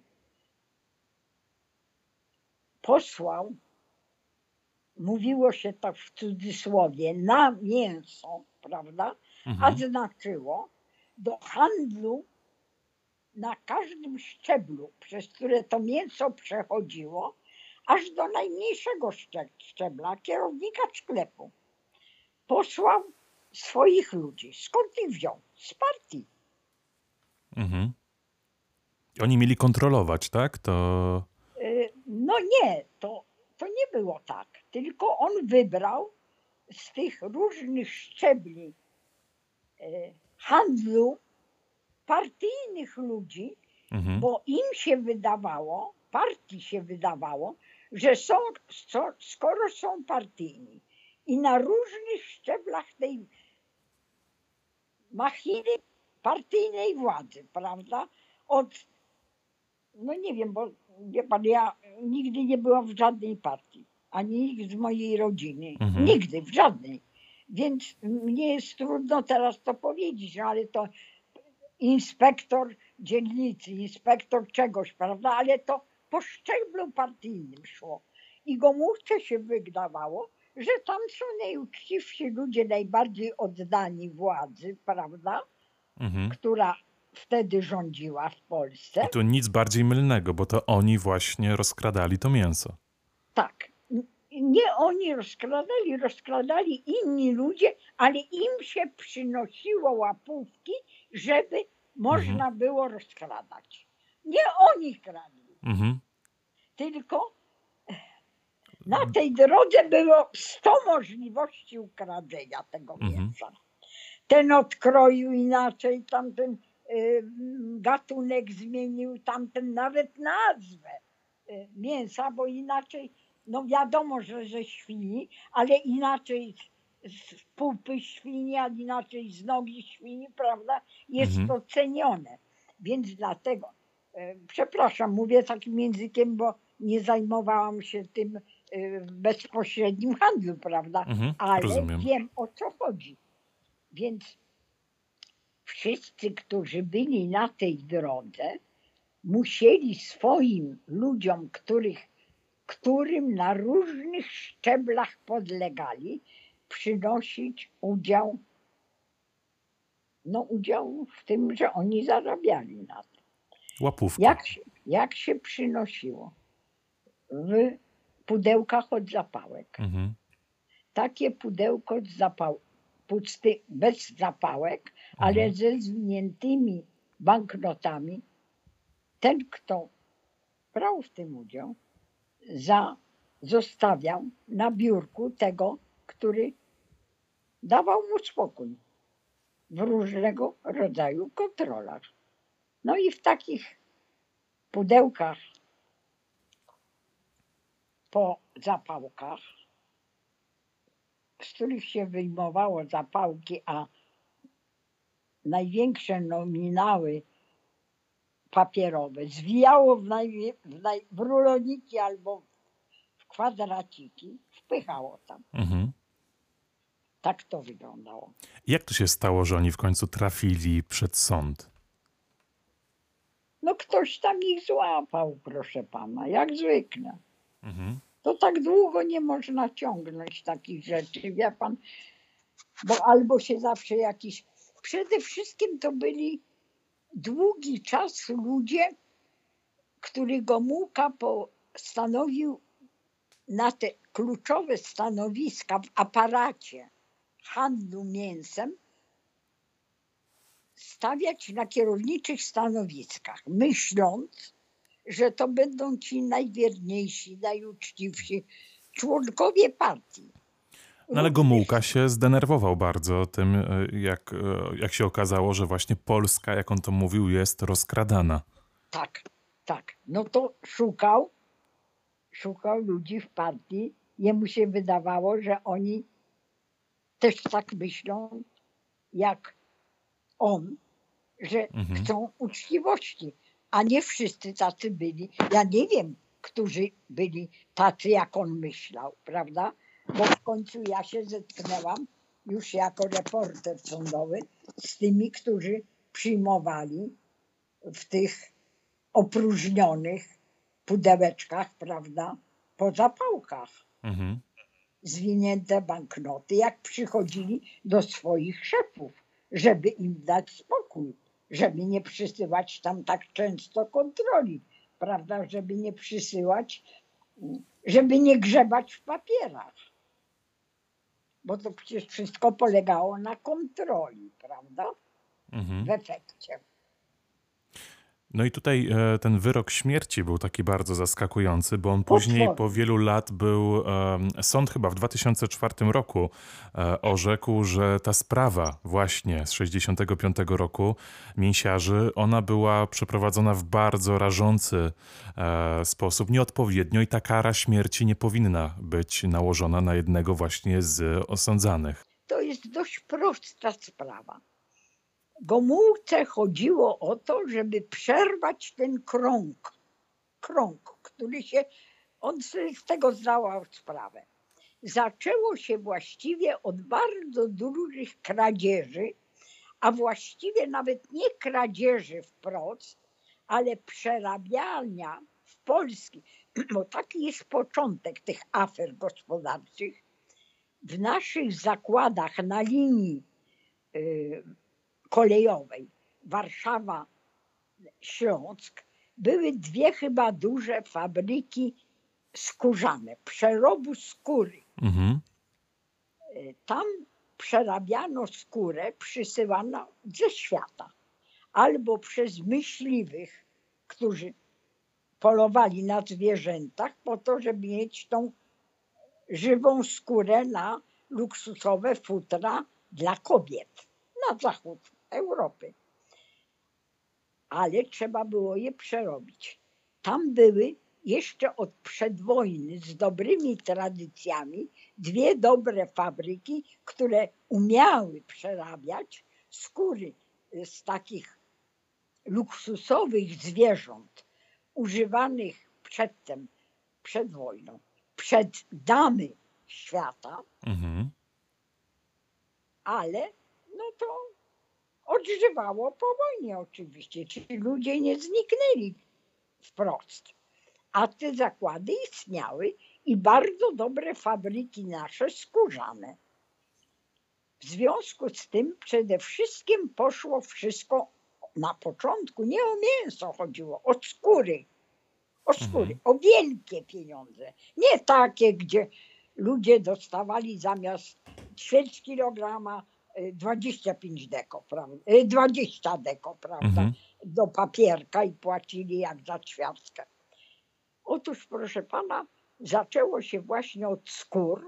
posłał, mówiło się to w cudzysłowie, na mięso, prawda? A Mhm. znaczyło do handlu na każdym szczeblu, przez które to mięso przechodziło, aż do najmniejszego szcze- szczebla, kierownika sklepu. Posłał swoich ludzi. Skąd ich wziął? Z partii. Mhm. I oni mieli kontrolować, tak? To... Y, No nie, to, to nie było tak. Tylko on wybrał z tych różnych szczebli y, handlu partyjnych ludzi, Mhm. bo im się wydawało, partii się wydawało, że są, co, skoro są partyjni i na różnych szczeblach tej machiny partyjnej władzy, prawda? Od, no nie wiem, bo wie pan, ja nigdy nie byłam w żadnej partii, ani nikt z mojej rodziny, Mhm. nigdy, w żadnej. Więc mnie jest trudno teraz to powiedzieć, no ale to inspektor dzielnicy, inspektor czegoś, prawda? Ale to po szczeblu partyjnym szło. I Gomułce się wydawało, że tam są najuczciwsi ludzie, najbardziej oddani władzy, prawda? Mhm. Która wtedy rządziła w Polsce. I tu nic bardziej mylnego, bo to oni właśnie rozkradali to mięso. Tak. Nie oni rozkradali, rozkradali inni ludzie, ale im się przynosiło łapówki, żeby można było rozkradać. Nie oni kradli, Mhm. tylko na tej drodze było sto możliwości ukradzenia tego Mhm. mięsa. Ten odkroił inaczej, tamten y, gatunek zmienił, tamten nawet nazwę y, mięsa, bo inaczej, no wiadomo, że ze świni, ale inaczej z, z pupy świni, a inaczej z nogi świni, prawda, jest Mhm. to cenione. Więc dlatego, y, przepraszam, mówię takim językiem, bo nie zajmowałam się tym y, w bezpośrednim handlu, prawda, Mhm. ale Rozumiem. wiem, o co chodzi. Więc wszyscy, którzy byli na tej drodze, musieli swoim ludziom, których, którym na różnych szczeblach podlegali, przynosić udział, no udział w tym, że oni zarabiali na tym. Łapówkę. Jak, się- jak się przynosiło? W pudełkach od zapałek. Mhm. Takie pudełko z zapał, pusty, bez zapałek, ale Mhm. ze zwiniętymi banknotami. Ten, kto brał w tym udział, za, zostawiał na biurku tego, który dawał mu spokój w różnego rodzaju kontrolach. No i w takich pudełkach po zapałkach, z których się wyjmowało zapałki, a największe nominały papierowe zwijało w, naj, w, naj, w ruloniki albo w kwadraciki, wpychało tam. Mhm. Tak to wyglądało. Jak to się stało, że oni w końcu trafili przed sąd? No ktoś tam ich złapał, proszę pana, jak zwykle. Mhm. To tak długo nie można ciągnąć takich rzeczy, wie pan, bo albo się zawsze jakiś... Przede wszystkim to byli długi czas ludzie, których Gomułka postanowił na te kluczowe stanowiska w aparacie handlu mięsem stawiać na kierowniczych stanowiskach, myśląc, że to będą ci najwierniejsi, najuczciwsi członkowie partii. No ale Również- Gomułka się zdenerwował bardzo tym, e, jak, e, jak się okazało, że właśnie Polska, jak on to mówił, jest rozkradana. Tak, tak. No to szukał, szukał ludzi w partii. Jemu się wydawało, że oni też tak myślą, jak on, że Mhm. chcą uczciwości, a nie wszyscy tacy byli. Ja nie wiem, którzy byli tacy, jak on myślał, prawda? Bo w końcu ja się zetknęłam już jako reporter sądowy z tymi, którzy przyjmowali w tych opróżnionych pudełeczkach, prawda, po zapałkach. Mhm. Zwinięte banknoty, jak przychodzili do swoich szefów, żeby im dać spokój, żeby nie przysyłać tam tak często kontroli, prawda, żeby nie przysyłać, żeby nie grzebać w papierach. Bo to przecież wszystko polegało na kontroli, prawda, Mhm. w efekcie. No i tutaj e, ten wyrok śmierci był taki bardzo zaskakujący, bo on później Potworny. po wielu lat był, e, sąd chyba w dwa tysiące czwartym roku e, orzekł, że ta sprawa właśnie z sześćdziesiątego piątego roku mięsiarzy, ona była przeprowadzona w bardzo rażący e, sposób, nieodpowiednio i ta kara śmierci nie powinna być nałożona na jednego właśnie z osądzanych. To jest dość prosta sprawa. Gomułce chodziło o to, żeby przerwać ten krąg, krąg, który się, on sobie z tego zdawał sprawę. Zaczęło się właściwie od bardzo dużych kradzieży, a właściwie nawet nie kradzieży wprost, ale przerabiania w Polski, bo taki jest początek tych afer gospodarczych. W naszych zakładach na linii y, kolejowej Warszawa-Śląsk były dwie chyba duże fabryki skórzane, przerobu skóry. Mhm. Tam przerabiano skórę, przysyłano ze świata. Albo przez myśliwych, którzy polowali na zwierzętach po to, żeby mieć tą żywą skórę na luksusowe futra dla kobiet na zachód Europy. Ale trzeba było je przerobić. Tam były jeszcze od przedwojny z dobrymi tradycjami dwie dobre fabryki, które umiały przerabiać skóry z takich luksusowych zwierząt używanych przedtem, przed wojną, przed damy świata, Mhm. ale no to odżywało po wojnie oczywiście. Ci ludzie nie zniknęli wprost. A te zakłady istniały i bardzo dobre fabryki nasze skórzane. W związku z tym przede wszystkim poszło wszystko na początku, nie o mięso chodziło, o skóry. O skóry, Mhm. o wielkie pieniądze. Nie takie, gdzie ludzie dostawali zamiast ćwierć kilograma y, dwadzieścia pięć deko, prawda? y, dwadzieścia deko, prawda? Mhm. Do papierka i płacili jak za ćwiartkę. Otóż, proszę pana, zaczęło się właśnie od skór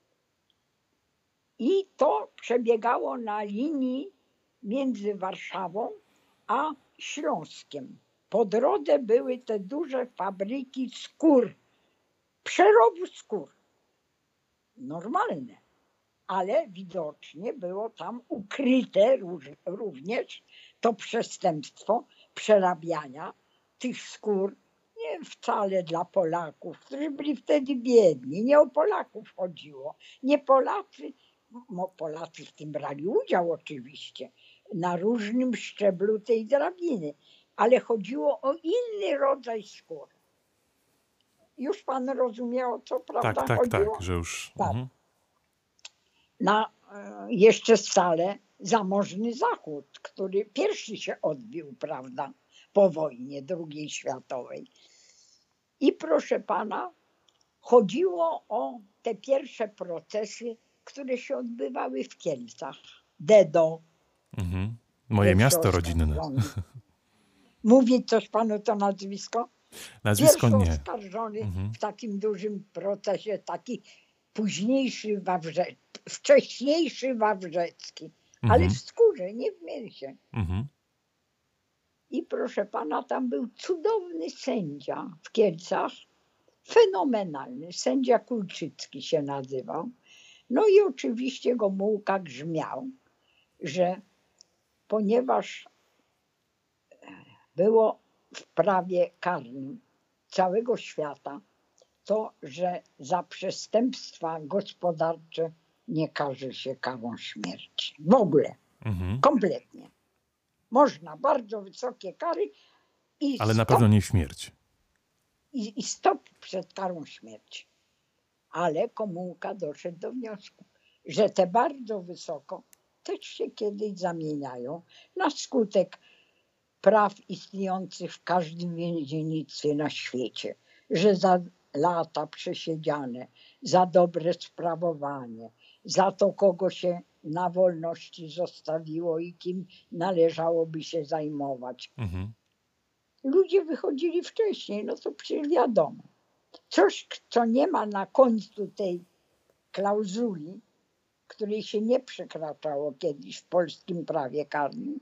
i to przebiegało na linii między Warszawą a Śląskiem. Po drodze były te duże fabryki skór, przerobu skór. Normalne, ale widocznie było tam ukryte również to przestępstwo przerabiania tych skór. Nie wcale dla Polaków, którzy byli wtedy biedni. Nie o Polaków chodziło. Nie Polacy, no Polacy w tym brali udział oczywiście, na różnym szczeblu tej drabiny, ale chodziło o inny rodzaj skór. Już pan rozumiał, co prawda Tak, tak, chodziło? tak, że już... Tak. Mhm. Na e, jeszcze stale zamożny Zachód, który pierwszy się odbił, prawda, po wojnie drugiej światowej. I proszę pana, chodziło o te pierwsze procesy, które się odbywały w Kielcach. Dedo. Mhm. Moje pierwszy miasto rodzinne. oskarżony. Mówi coś panu to nazwisko? Nazwisko Pierwszy nie. oskarżony Mhm. w takim dużym procesie, taki późniejszy Wawrze... wcześniejszy Wawrzecki, ale Mhm. w skórze, nie w mięsie. Mhm. I proszę pana, tam był cudowny sędzia w Kielcach, fenomenalny, sędzia Kulczycki się nazywał. No i oczywiście Gomułka grzmiał, że ponieważ było w prawie karnym całego świata to, że za przestępstwa gospodarcze nie karze się karą śmierci. W ogóle, Mhm. kompletnie. Można, bardzo wysokie kary i Ale na stop, pewno nie śmierć. i, i stop przed karą śmierci. Ale Gomułka doszedł do wniosku, że te bardzo wysoko też się kiedyś zamieniają na skutek praw istniejących w każdym więziennictwie na świecie, że za lata przesiedziane, za dobre sprawowanie, za to, kogo się na wolności zostawiło i kim należałoby się zajmować. Mhm. Ludzie wychodzili wcześniej, no to przecież wiadomo. Coś, co nie ma na końcu tej klauzuli, której się nie przekraczało kiedyś w polskim prawie karnym,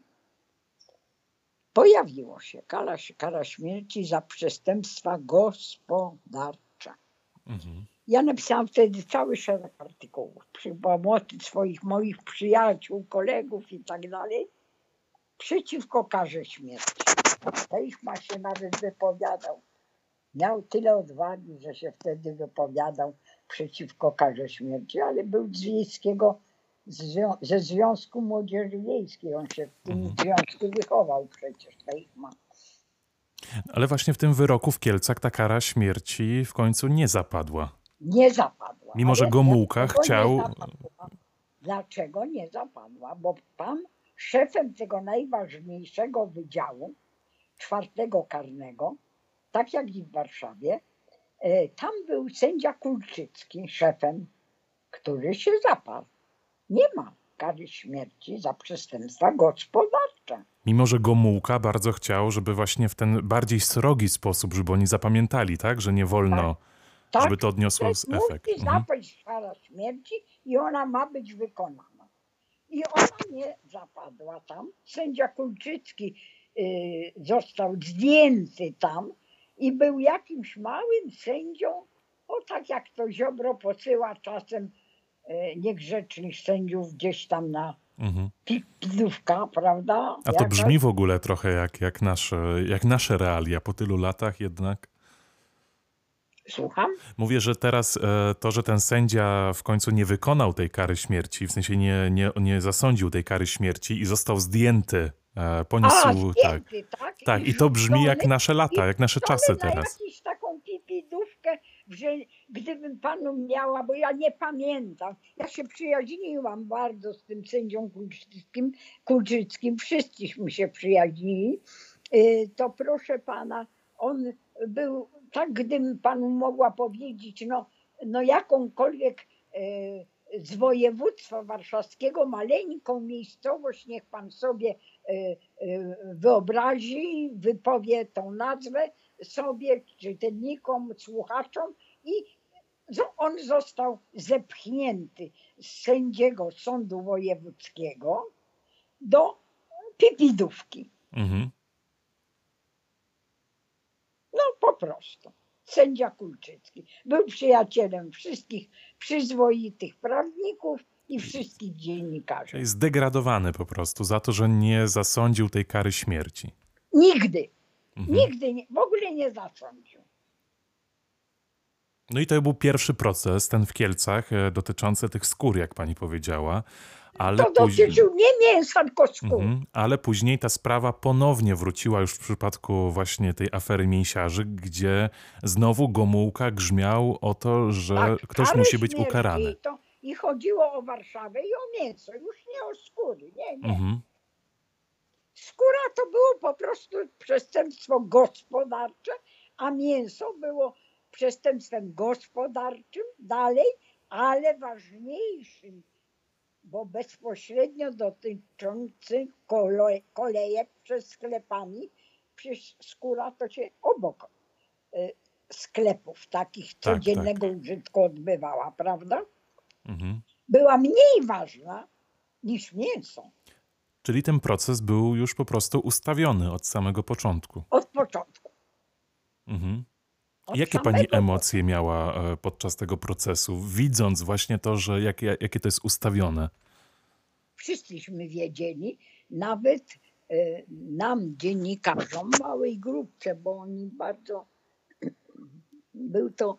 pojawiło się kara, kara śmierci za przestępstwa gospodarcze. Mhm. Ja napisałam wtedy cały szereg artykułów przy pomocy swoich moich przyjaciół, kolegów i tak dalej przeciwko karze śmierci. Teichmann się nawet wypowiadał. Miał tyle odwagi, że się wtedy wypowiadał przeciwko karze śmierci, ale był z wiejskiego, ze Związku Młodzieży Wiejskiej. On się w tym Mhm. związku wychował przecież, Teichmann. Ale właśnie w tym wyroku w Kielcach ta kara śmierci w końcu nie zapadła. Nie zapadła. Mimo, że Ale Gomułka dlaczego chciał... nie zapadła? Dlaczego nie zapadła? Bo pan szefem tego najważniejszego wydziału, czwartego karnego, tak jak i w Warszawie, tam był sędzia Kulczycki szefem, który się zaparł. Nie ma kary śmierci za przestępstwa gospodarcze. Mimo, że Gomułka bardzo chciał, żeby właśnie w ten bardziej srogi sposób, żeby oni zapamiętali, tak? Że nie wolno, Tak, żeby to odniosło że efekt. musi Mhm. zapaść kara śmierci i ona ma być wykonana. I ona nie zapadła tam. Sędzia Kulczycki y, został zdjęty tam i był jakimś małym sędzią, o tak jak to Ziobro posyła czasem y, niegrzecznych sędziów gdzieś tam na Mhm. pidówka, prawda? A to Jakaś- brzmi w ogóle trochę jak, jak, nasze, jak nasze realia po tylu latach jednak. Słucham? Mówię, że teraz e, to, że ten sędzia w końcu nie wykonał tej kary śmierci, w sensie nie, nie, nie zasądził tej kary śmierci i został zdjęty, e, poniósł, A, tak. zdjęty, tak? Tak, i to brzmi jak rzucony, nasze lata, jak nasze wrzucony czasy na teraz. jakąś taką pipidówkę, że gdybym panu miała, bo ja nie pamiętam. Ja się przyjaźniłam bardzo z tym sędzią Kulczyckim, Kulczyckim, wszyscyśmy się przyjaźnili. Y, To proszę pana, on był, tak gdybym panu mogła powiedzieć, no, no jakąkolwiek y, z województwa warszawskiego, maleńką miejscowość, niech pan sobie y, y, wyobrazi, wypowie tą nazwę sobie, czytelnikom, słuchaczom i zo- on został zepchnięty z sędziego sądu wojewódzkiego do pipidówki. Mhm. No po prostu. Sędzia Kulczycki. Był przyjacielem wszystkich przyzwoitych prawników i wszystkich dziennikarzy. Czyli zdegradowany po prostu za to, że nie zasądził tej kary śmierci. Nigdy, Mhm. nigdy, nie, w ogóle nie zasądził. No i to był pierwszy proces, ten w Kielcach, e, dotyczący tych skór, jak pani powiedziała. Ale To później... dotyczył nie mięsa, tylko skór. Mhm. Ale później ta sprawa ponownie wróciła już w przypadku właśnie tej afery mięsiarzy, gdzie znowu Gomułka grzmiał o to, że Tak, ktoś karę musi być śmierci ukarany. To, I chodziło o Warszawę i o mięso, już nie o skóry. Nie, nie. Mhm. Skóra to było po prostu przestępstwo gospodarcze, a mięso było przestępstwem gospodarczym dalej, ale ważniejszym, bo bezpośrednio dotyczącym kole, kolejek przez sklepami. Przecież skóra to się obok y, sklepów takich Tak, codziennego użytku odbywała, prawda? Mhm. Była mniej ważna niż mięso Czyli ten proces był już po prostu ustawiony od samego początku. od początku. Mhm. Od Jakie pani samego emocje miała e, podczas tego procesu, widząc właśnie to, że jakie, jakie to jest ustawione? Wszyscyśmy wiedzieli, nawet y, nam, dziennikarzom, małej grupce, bo oni bardzo, był to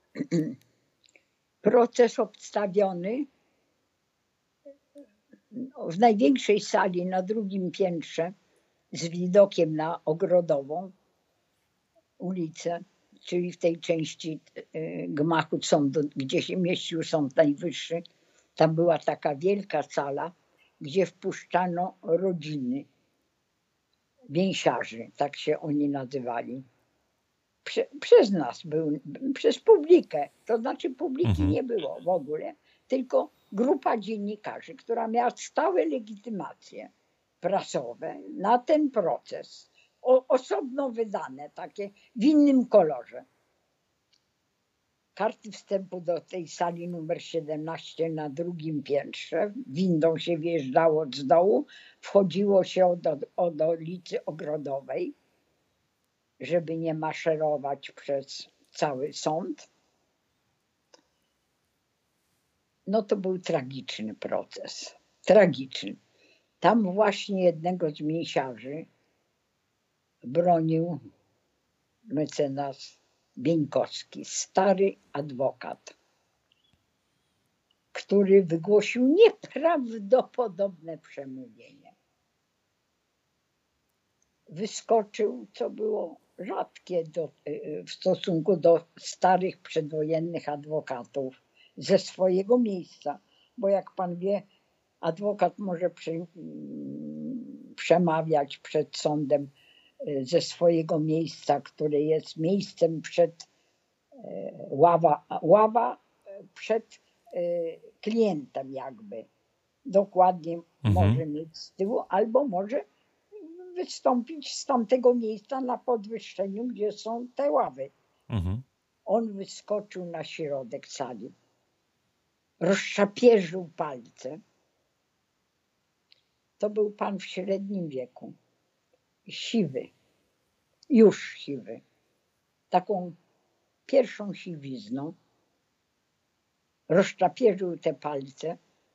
proces obstawiony w największej sali na drugim piętrze z widokiem na Ogrodową ulicę, czyli w tej części gmachu sądu, gdzie się mieścił Sąd Najwyższy. Tam była taka wielka sala, gdzie wpuszczano rodziny więźniarzy, tak się oni nazywali. Prze, przez nas był, przez publikę, to znaczy publiki Mhm. nie było w ogóle, tylko grupa dziennikarzy, która miała stałe legitymacje prasowe na ten proces, o, osobno wydane, takie w innym kolorze. Karty wstępu do tej sali numer siedemnaście na drugim piętrze, windą się wjeżdżało z dołu, wchodziło się od, od ulicy Ogrodowej, żeby nie maszerować przez cały sąd. No to był tragiczny proces, tragiczny. Tam właśnie jednego z mięsiarzy bronił mecenas Bieńkowski, stary adwokat, który wygłosił nieprawdopodobne przemówienie. Wyskoczył, co było rzadkie do, w stosunku do starych przedwojennych adwokatów, ze swojego miejsca, bo jak pan wie, adwokat może przy, przemawiać przed sądem ze swojego miejsca, które jest miejscem przed ława, ława przed klientem jakby. Dokładnie Mhm. może mieć z tyłu, albo może wystąpić z tamtego miejsca na podwyższeniu, gdzie są te ławy. Mhm. On wyskoczył na środek sali, rozszapierzył palce. To był pan w średnim wieku, siwy, już siwy, taką pierwszą siwizną. Rozszczapierzył te palce,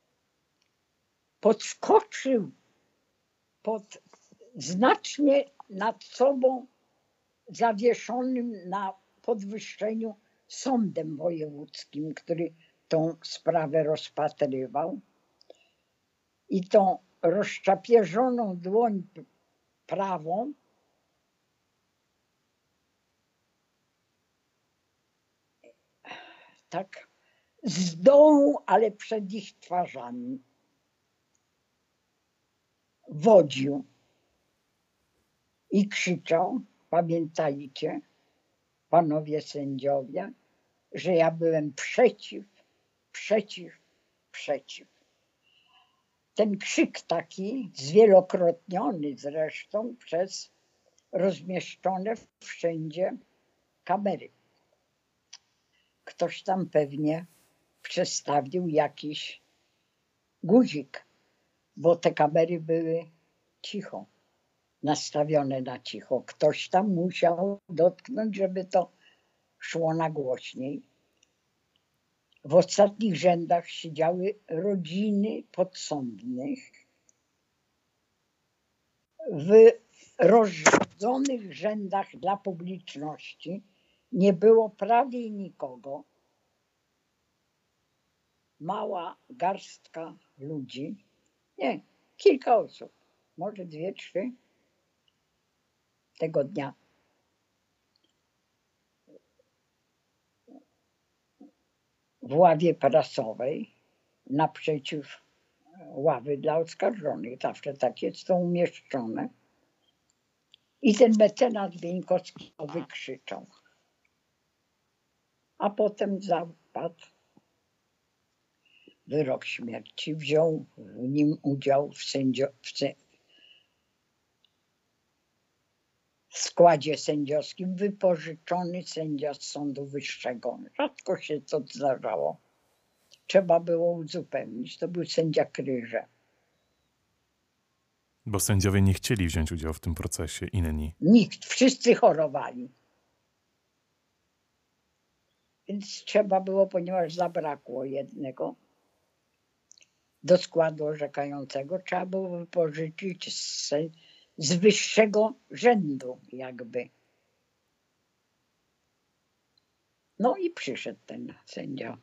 podskoczył pod znacznie nad sobą zawieszonym na podwyższeniu sądem wojewódzkim, który tą sprawę rozpatrywał. I tą rozczapierzoną dłoń prawą tak z dołu, ale przed ich twarzami wodził i krzyczał: pamiętajcie, panowie sędziowie, że ja byłem przeciw, przeciw, przeciw. Ten krzyk taki, zwielokrotniony zresztą przez rozmieszczone wszędzie kamery. Ktoś tam pewnie przestawił jakiś guzik, bo te kamery były cicho, nastawione na cicho. Ktoś tam musiał dotknąć, żeby to szło na głośniej. W ostatnich rzędach siedziały rodziny podsądnych. W rozrzedzonych rzędach dla publiczności nie było prawie nikogo. Mała garstka ludzi, nie, kilka osób, może dwie, trzy tego dnia. W ławie prasowej naprzeciw ławy dla oskarżonych, zawsze tak jest to umieszczone. I ten mecenas Bieńkowski wykrzyczał. A potem zapadł wyrok śmierci. Wziął w nim udział w, sędzio, w, se, w składzie sędziowskim wypożyczony sędzia z Sądu Wyższego. Rzadko się to zdarzało. Trzeba było uzupełnić. To był sędzia Kryże. Bo sędziowie nie chcieli wziąć udziału w tym procesie, inni. Nikt, wszyscy chorowali. Więc trzeba było, ponieważ zabrakło jednego do składu orzekającego, trzeba było wypożyczyć z, z wyższego rzędu jakby. No i przyszedł ten sędzia.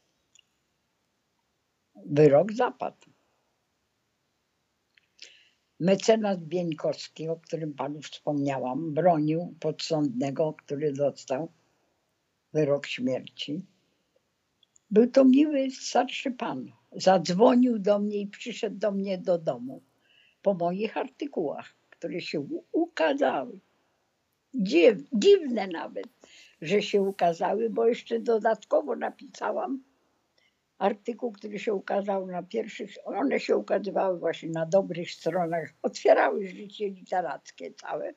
Wyrok zapadł. Mecenas Bieńkowski, o którym panu wspomniałam, bronił podsądnego, który dostał wyrok śmierci. Był to miły starszy pan. Zadzwonił do mnie i przyszedł do mnie do domu po moich artykułach, które się ukazały. Dziw, dziwne nawet, że się ukazały, bo jeszcze dodatkowo napisałam artykuł, który się ukazał na pierwszych, one się ukazywały właśnie na dobrych stronach, otwierały życie literackie całe,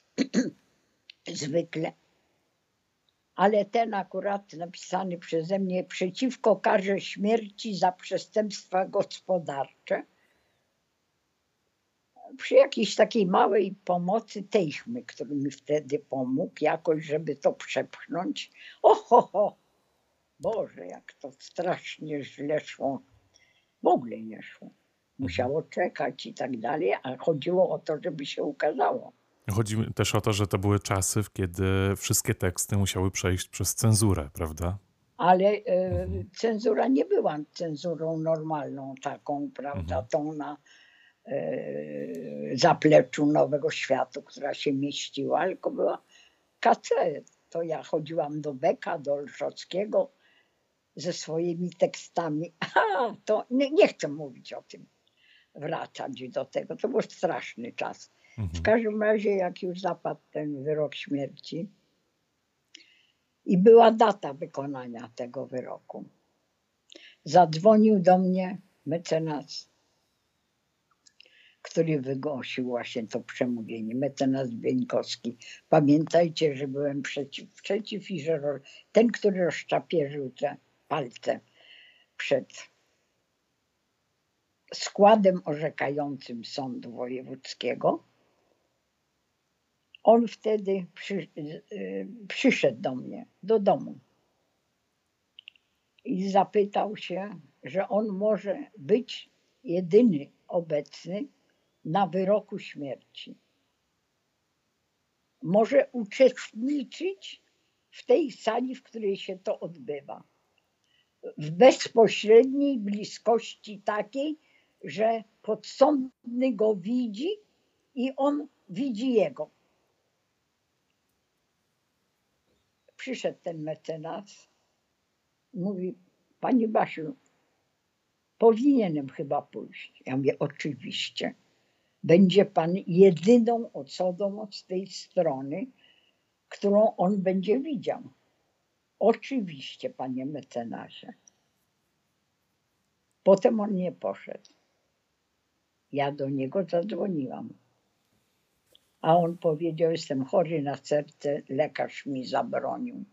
zwykle. Ale ten akurat napisany przeze mnie przeciwko karze śmierci za przestępstwa gospodarcze, przy jakiejś takiej małej pomocy Teichmy, który mi wtedy pomógł jakoś, żeby to przepchnąć. Oho, ho, Boże, jak to strasznie źle szło. W ogóle nie szło. Musiało czekać i tak dalej, a chodziło o to, żeby się ukazało. Chodzi też o to, że to były czasy, kiedy wszystkie teksty musiały przejść przez cenzurę, prawda? Ale e, mhm. cenzura nie była cenzurą normalną taką, prawda, mhm. tą na e, zapleczu Nowego Światu, która się mieściła, tylko była K C. To ja chodziłam do Beka, do Olszowskiego ze swoimi tekstami. A, to nie, nie chcę mówić o tym, wracać do tego. To był straszny czas. Mhm. W każdym razie, jak już zapadł ten wyrok śmierci i była data wykonania tego wyroku, zadzwonił do mnie mecenas, który wygłosił właśnie to przemówienie, mecenas Bieńkowski. Pamiętajcie, że byłem przeciw, przeciw i że ten, który rozczapierzył te palce przed składem orzekającym sądu wojewódzkiego, on wtedy przy, przyszedł do mnie, do domu i zapytał się, że on może być jedyny obecny na wyroku śmierci. Może uczestniczyć w tej sali, w której się to odbywa. W bezpośredniej bliskości takiej, że podsądny go widzi i on widzi jego. Przyszedł ten mecenas, mówi: pani Basiu, powinienem chyba pójść. Ja mówię: oczywiście. Będzie pan jedyną osobą z tej strony, którą on będzie widział. Oczywiście, panie mecenasie. Potem on nie poszedł. Ja do niego zadzwoniłam. A on powiedział: jestem chory na serce, lekarz mi zabronił.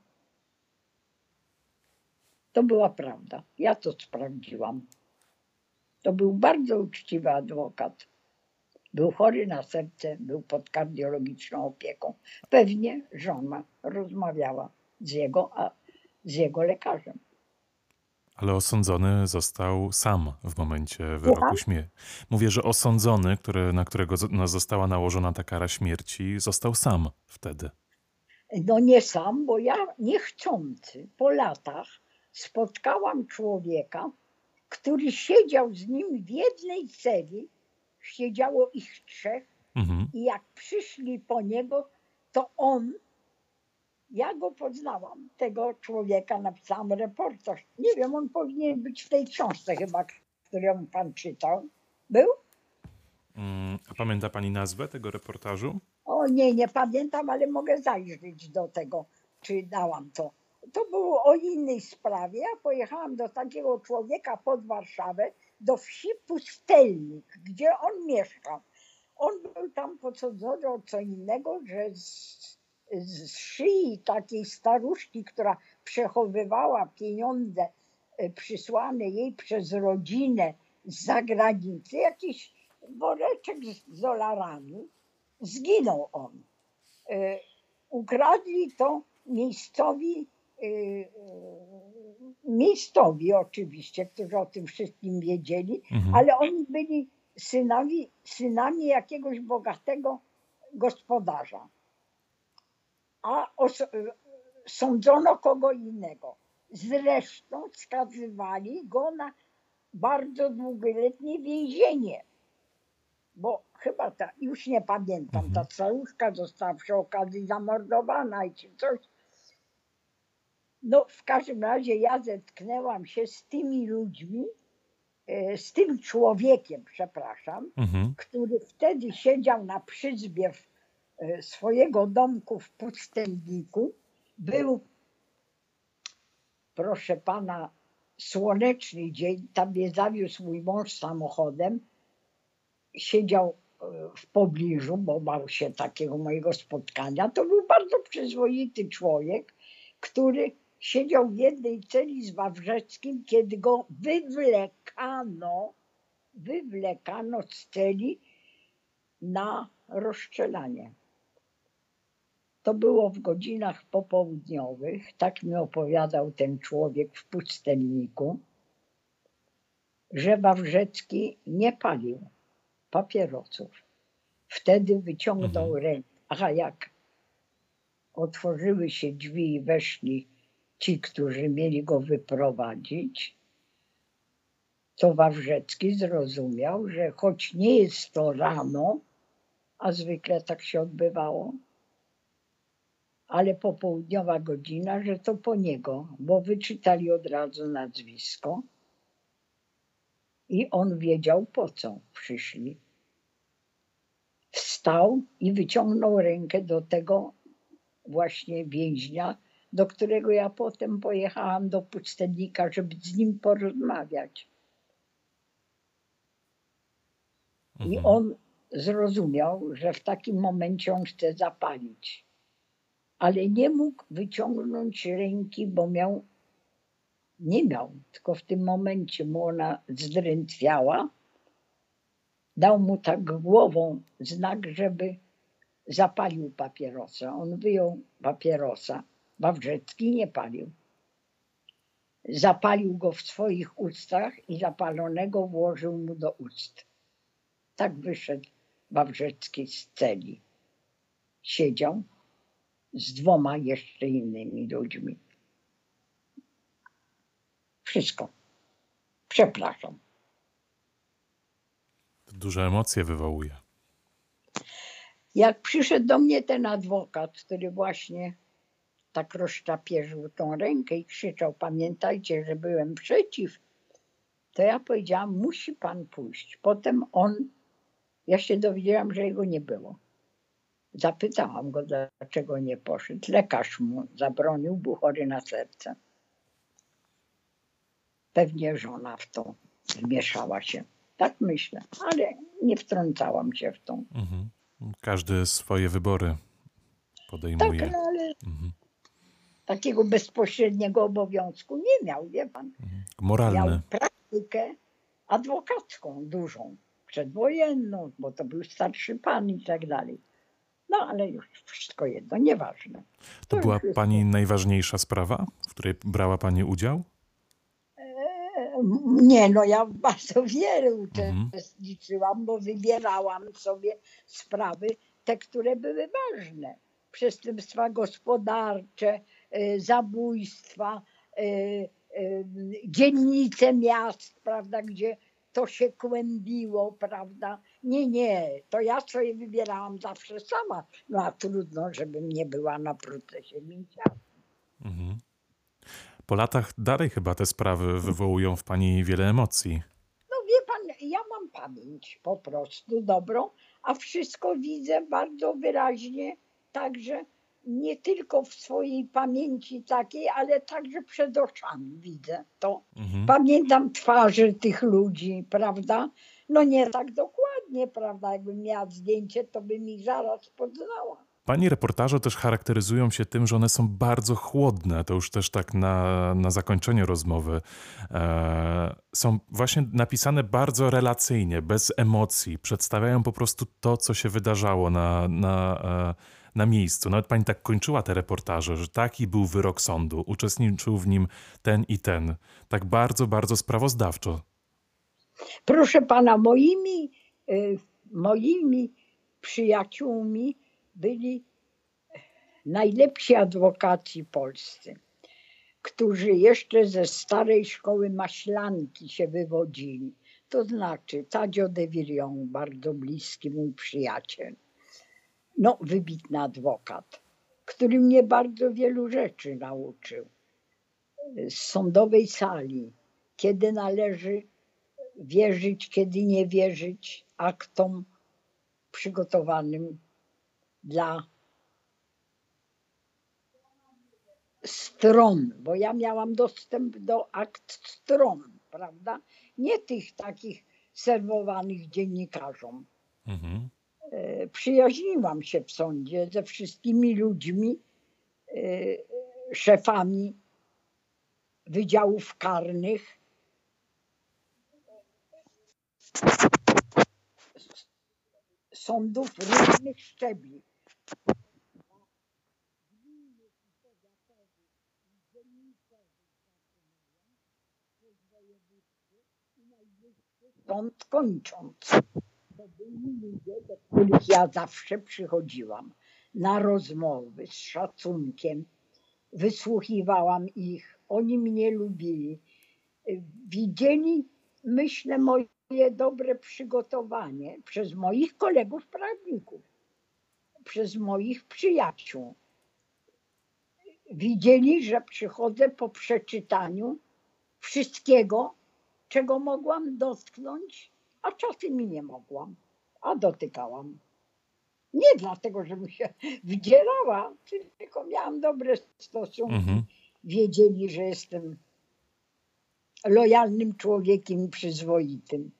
To była prawda. Ja to sprawdziłam. To był bardzo uczciwy adwokat. Był chory na serce, był pod kardiologiczną opieką. Pewnie żona rozmawiała z jego, a, z jego lekarzem. Ale osądzony został sam w momencie wyroku śmierci. Mówię, że osądzony, który, na którego została nałożona ta kara śmierci, został sam wtedy. No nie sam, bo ja niechcący po latach spotkałam człowieka, który siedział z nim w jednej celi. Siedziało ich trzech mhm. i jak przyszli po niego, to on, ja go poznałam, tego człowieka, napisałam reportaż. Nie wiem, on powinien być w tej książce chyba, którą pan czytał. Był? Mm, a pamięta pani nazwę tego reportażu? O nie, nie pamiętam, ale mogę zajrzeć do tego, czy dałam to. To było o innej sprawie. Ja pojechałam do takiego człowieka pod Warszawę, do wsi Pustelnik, gdzie on mieszkał. On był tam posądzony o co innego, że z, z szyi takiej staruszki, która przechowywała pieniądze przysłane jej przez rodzinę z zagranicy, jakiś woreczek z dolarami, zginął on. Ukradli to miejscowi miejscowi oczywiście, którzy o tym wszystkim wiedzieli, mhm. ale oni byli synami, synami jakiegoś bogatego gospodarza. A os- sądzono kogo innego. Zresztą skazywali go na bardzo długoletnie więzienie, bo chyba ta, już nie pamiętam, Mhm. ta staruszka została przy okazji zamordowana i czy coś. No w każdym razie ja zetknęłam się z tymi ludźmi, e, z tym człowiekiem, przepraszam, Mhm. który wtedy siedział na przyzbie w, e, swojego domku w pustelniku. Był, proszę pana, słoneczny dzień, tam mnie zawiózł mój mąż samochodem, siedział e, w pobliżu, bo bał się takiego mojego spotkania. To był bardzo przyzwoity człowiek, który siedział w jednej celi z Wawrzeckim, kiedy go wywlekano, wywlekano z celi na rozstrzelanie. To było w godzinach popołudniowych, tak mi opowiadał ten człowiek w pustelniku, że Wawrzecki nie palił papierosów. Wtedy wyciągnął Mhm. rękę. Aha, jak otworzyły się drzwi i weszli ci, którzy mieli go wyprowadzić, to Wawrzecki zrozumiał, że choć nie jest to rano, a zwykle tak się odbywało, ale popołudniowa godzina, że to po niego, bo wyczytali od razu nazwisko i on wiedział, po co przyszli. Wstał i wyciągnął rękę do tego właśnie więźnia, do którego ja potem pojechałam do pustelnika, żeby z nim porozmawiać. I Mhm. on zrozumiał, że w takim momencie on chce zapalić. Ale nie mógł wyciągnąć ręki, bo miał, nie miał, tylko w tym momencie mu ona zdrętwiała. Dał mu tak głową znak, żeby zapalił papierosa. On wyjął papierosa. Wawrzecki nie palił. Zapalił go w swoich ustach i zapalonego włożył mu do ust. Tak wyszedł Wawrzecki z celi. Siedział z dwoma jeszcze innymi ludźmi. Wszystko. Przepraszam. To duże emocje wywołuje. Jak przyszedł do mnie ten adwokat, który właśnie tak rozczapierzył tą rękę i krzyczał, pamiętajcie, że byłem przeciw, to ja powiedziałam, musi pan pójść. Potem on, ja się dowiedziałam, że jego nie było. Zapytałam go, dlaczego nie poszedł. Lekarz mu zabronił, był chory na serce. Pewnie żona w to wmieszała się. Tak myślę, ale nie wtrącałam się w to. Mhm. Każdy swoje wybory Tak, podejmuje. no ale Mhm. takiego bezpośredniego obowiązku nie miał, wie pan. Mhm. Miał Moralny. praktykę adwokacką dużą, przedwojenną, bo to był starszy pan i tak dalej. No ale już wszystko jedno, nieważne. To już była jest- pani najważniejsza sprawa, w której brała pani udział? E, Nie, no ja bardzo wiele Mhm. uczestniczyłam, bo wybierałam sobie sprawy, te, które były ważne. Przestępstwa gospodarcze, e, zabójstwa, e, e, dzielnice miast, prawda, gdzie to się kłębiło, prawda. Nie, nie, to ja sobie wybierałam zawsze sama. No a trudno, żebym nie była na procesie mięcia. Mhm. Po latach dalej chyba te sprawy wywołują w pani wiele emocji. No wie pan, ja mam pamięć po prostu dobrą, a wszystko widzę bardzo wyraźnie, także nie tylko w swojej pamięci takiej, ale także przed oczami widzę to. Mhm. Pamiętam twarze tych ludzi, prawda? No nie tak dokładnie, prawda? Jakbym miała zdjęcie, to by mi zaraz poznała. Pani reportaże też charakteryzują się tym, że one są bardzo chłodne. To już też tak na, na zakończenie rozmowy. E, są właśnie napisane bardzo relacyjnie, bez emocji. Przedstawiają po prostu to, co się wydarzało na, na, e, na miejscu. Nawet pani tak kończyła te reportaże, że taki był wyrok sądu. Uczestniczył w nim ten i ten. Tak bardzo, bardzo sprawozdawczo. Proszę pana, moimi, y, moimi przyjaciółmi byli najlepsi adwokaci polscy, którzy jeszcze ze starej szkoły Maślanki się wywodzili. To znaczy Tadio de Virion, bardzo bliski mój przyjaciel, no wybitny adwokat, który mnie bardzo wielu rzeczy nauczył. Z sądowej sali, kiedy należy wierzyć, kiedy nie wierzyć aktom przygotowanym dla stron, bo ja miałam dostęp do akt stron, prawda? Nie tych takich serwowanych dziennikarzom. Mhm. Przyjaźniłam się w sądzie ze wszystkimi ludźmi, szefami wydziałów karnych, sądów różnych szczebli. Stąd kończąc, to byli ludzie, do których ja zawsze przychodziłam na rozmowy z szacunkiem, wysłuchiwałam ich, oni mnie lubili, widzieli, myślę, moje dobre przygotowanie przez moich kolegów prawników, przez moich przyjaciół. Widzieli, że przychodzę po przeczytaniu wszystkiego, czego mogłam dotknąć, a czasem i nie mogłam, a dotykałam. Nie dlatego, żebym się wdzierała, tylko miałam dobre stosunki. Mhm. Wiedzieli, że jestem lojalnym człowiekiem i przyzwoitym.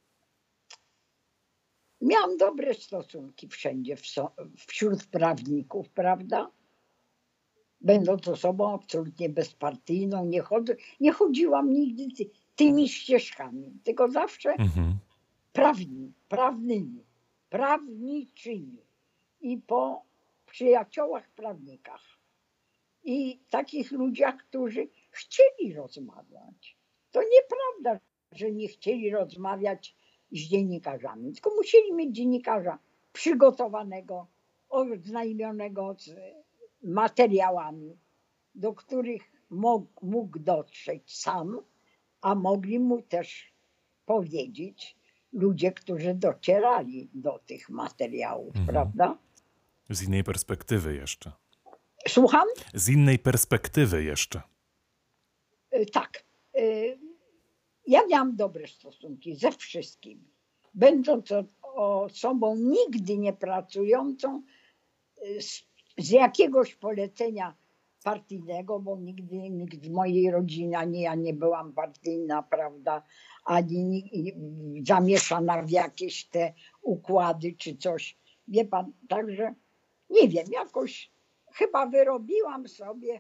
Miałam dobre stosunki wszędzie, wśród prawników, prawda? Będąc osobą absolutnie bezpartyjną, nie, chodzę, nie chodziłam nigdy ty, tymi ścieżkami, tylko zawsze Mhm. prawni, prawnymi, prawniczymi i po przyjaciołach prawnikach i takich ludziach, którzy chcieli rozmawiać. To nieprawda, że nie chcieli rozmawiać z dziennikarzami, tylko musieli mieć dziennikarza przygotowanego, oznajomionego z materiałami, do których mógł, mógł dotrzeć sam, a mogli mu też powiedzieć ludzie, którzy docierali do tych materiałów, Mhm. prawda? Z innej perspektywy jeszcze. Słucham? Z innej perspektywy jeszcze. Y, Tak. Y, Ja miałam dobre stosunki ze wszystkimi. Będąc o- osobą nigdy nie pracującą y, z, z jakiegoś polecenia partyjnego, bo nigdy nikt z mojej rodziny, ani ja nie byłam partyjna, prawda, ani ni- i- zamieszana w jakieś te układy czy coś. Wie pan, także nie wiem, jakoś chyba wyrobiłam sobie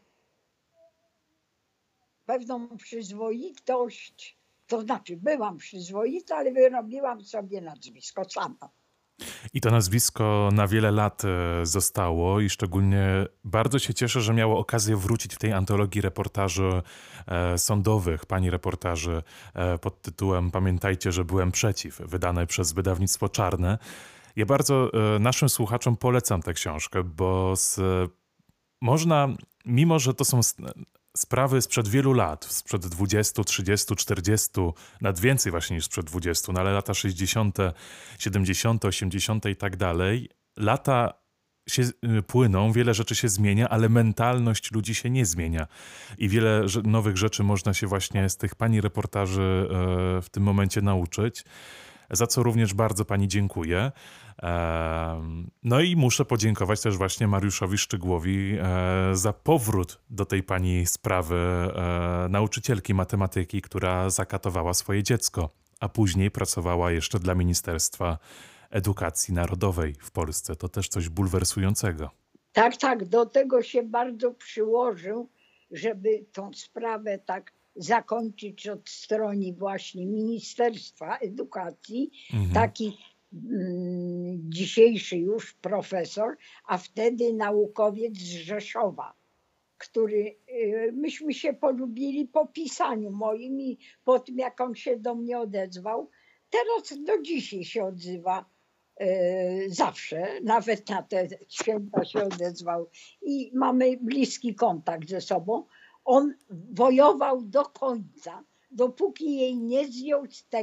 pewną przyzwoitość, to znaczy byłam przyzwoita, ale wyrobiłam sobie nazwisko sama. I to nazwisko na wiele lat e, zostało i szczególnie bardzo się cieszę, że miało okazję wrócić w tej antologii reportaży e, sądowych, pani reportaży e, pod tytułem Pamiętajcie, że byłem przeciw, wydane przez wydawnictwo Czarne. Ja bardzo e, naszym słuchaczom polecam tę książkę, bo z, można, mimo że to są s- sprawy sprzed wielu lat, sprzed dwudziestu, trzydziestu, czterdziestu, nawet więcej właśnie niż sprzed dwudziestu, no ale lata sześćdziesiąte, siedemdziesiąte, osiemdziesiąte i tak dalej, lata się y, płyną, wiele rzeczy się zmienia, ale mentalność ludzi się nie zmienia. I wiele rze- nowych rzeczy można się właśnie z tych pani reportaży e, w tym momencie nauczyć, za co również bardzo pani dziękuję. Em, No i muszę podziękować też właśnie Mariuszowi Szczygłowi e, za powrót do tej pani sprawy e, nauczycielki matematyki, która zakatowała swoje dziecko, a później pracowała jeszcze dla Ministerstwa Edukacji Narodowej w Polsce. To też coś bulwersującego. Tak, tak, do tego się bardzo przyłożył, żeby tą sprawę tak zakończyć od strony właśnie Ministerstwa Edukacji. Mhm. Taki mm, dzisiejszy już profesor, a wtedy naukowiec z Rzeszowa, który y, myśmy się polubili po pisaniu moim i po tym, jak on się do mnie odezwał. Teraz do dzisiaj się odzywa. y, Zawsze, nawet na te święta się odezwał i mamy bliski kontakt ze sobą. On wojował do końca, dopóki jej nie zdjął z tego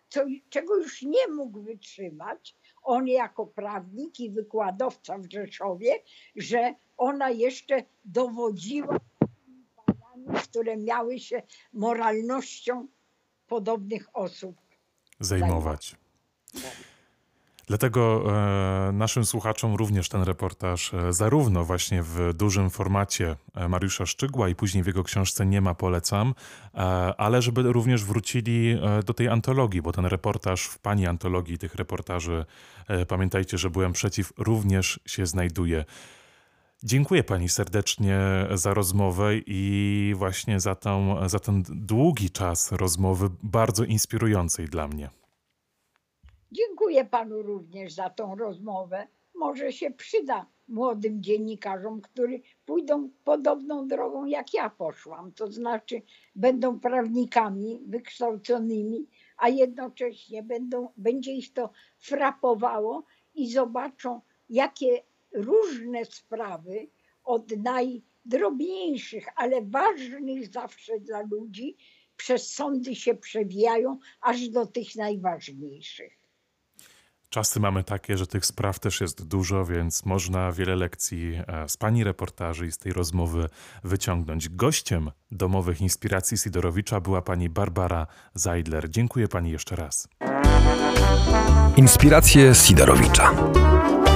co, czego już nie mógł wytrzymać, on jako prawnik i wykładowca w Rzeszowie, że ona jeszcze dowodziła paniami, które miały się moralnością podobnych osób Zajmować. Dlatego e, naszym słuchaczom również ten reportaż e, zarówno właśnie w dużym formacie e, Mariusza Szczygła i później w jego książce Nie ma polecam, e, ale żeby również wrócili e, do tej antologii, bo ten reportaż w pani antologii tych reportaży, e, pamiętajcie, że byłem przeciw, również się znajduje. Dziękuję pani serdecznie za rozmowę i właśnie za, tą, za ten długi czas rozmowy, bardzo inspirującej dla mnie. Dziękuję panu również za tą rozmowę. Może się przyda młodym dziennikarzom, którzy pójdą podobną drogą jak ja poszłam. To znaczy będą prawnikami wykształconymi, a jednocześnie będą, będzie ich to frapowało i zobaczą, jakie różne sprawy od najdrobniejszych, ale ważnych zawsze dla ludzi przez sądy się przewijają aż do tych najważniejszych. Czasy mamy takie, że tych spraw też jest dużo, więc można wiele lekcji z pani reportaży i z tej rozmowy wyciągnąć. Gościem Domowych Inspiracji Sidorowicza była pani Barbara Zeidler. Dziękuję pani jeszcze raz. Inspiracje Sidorowicza.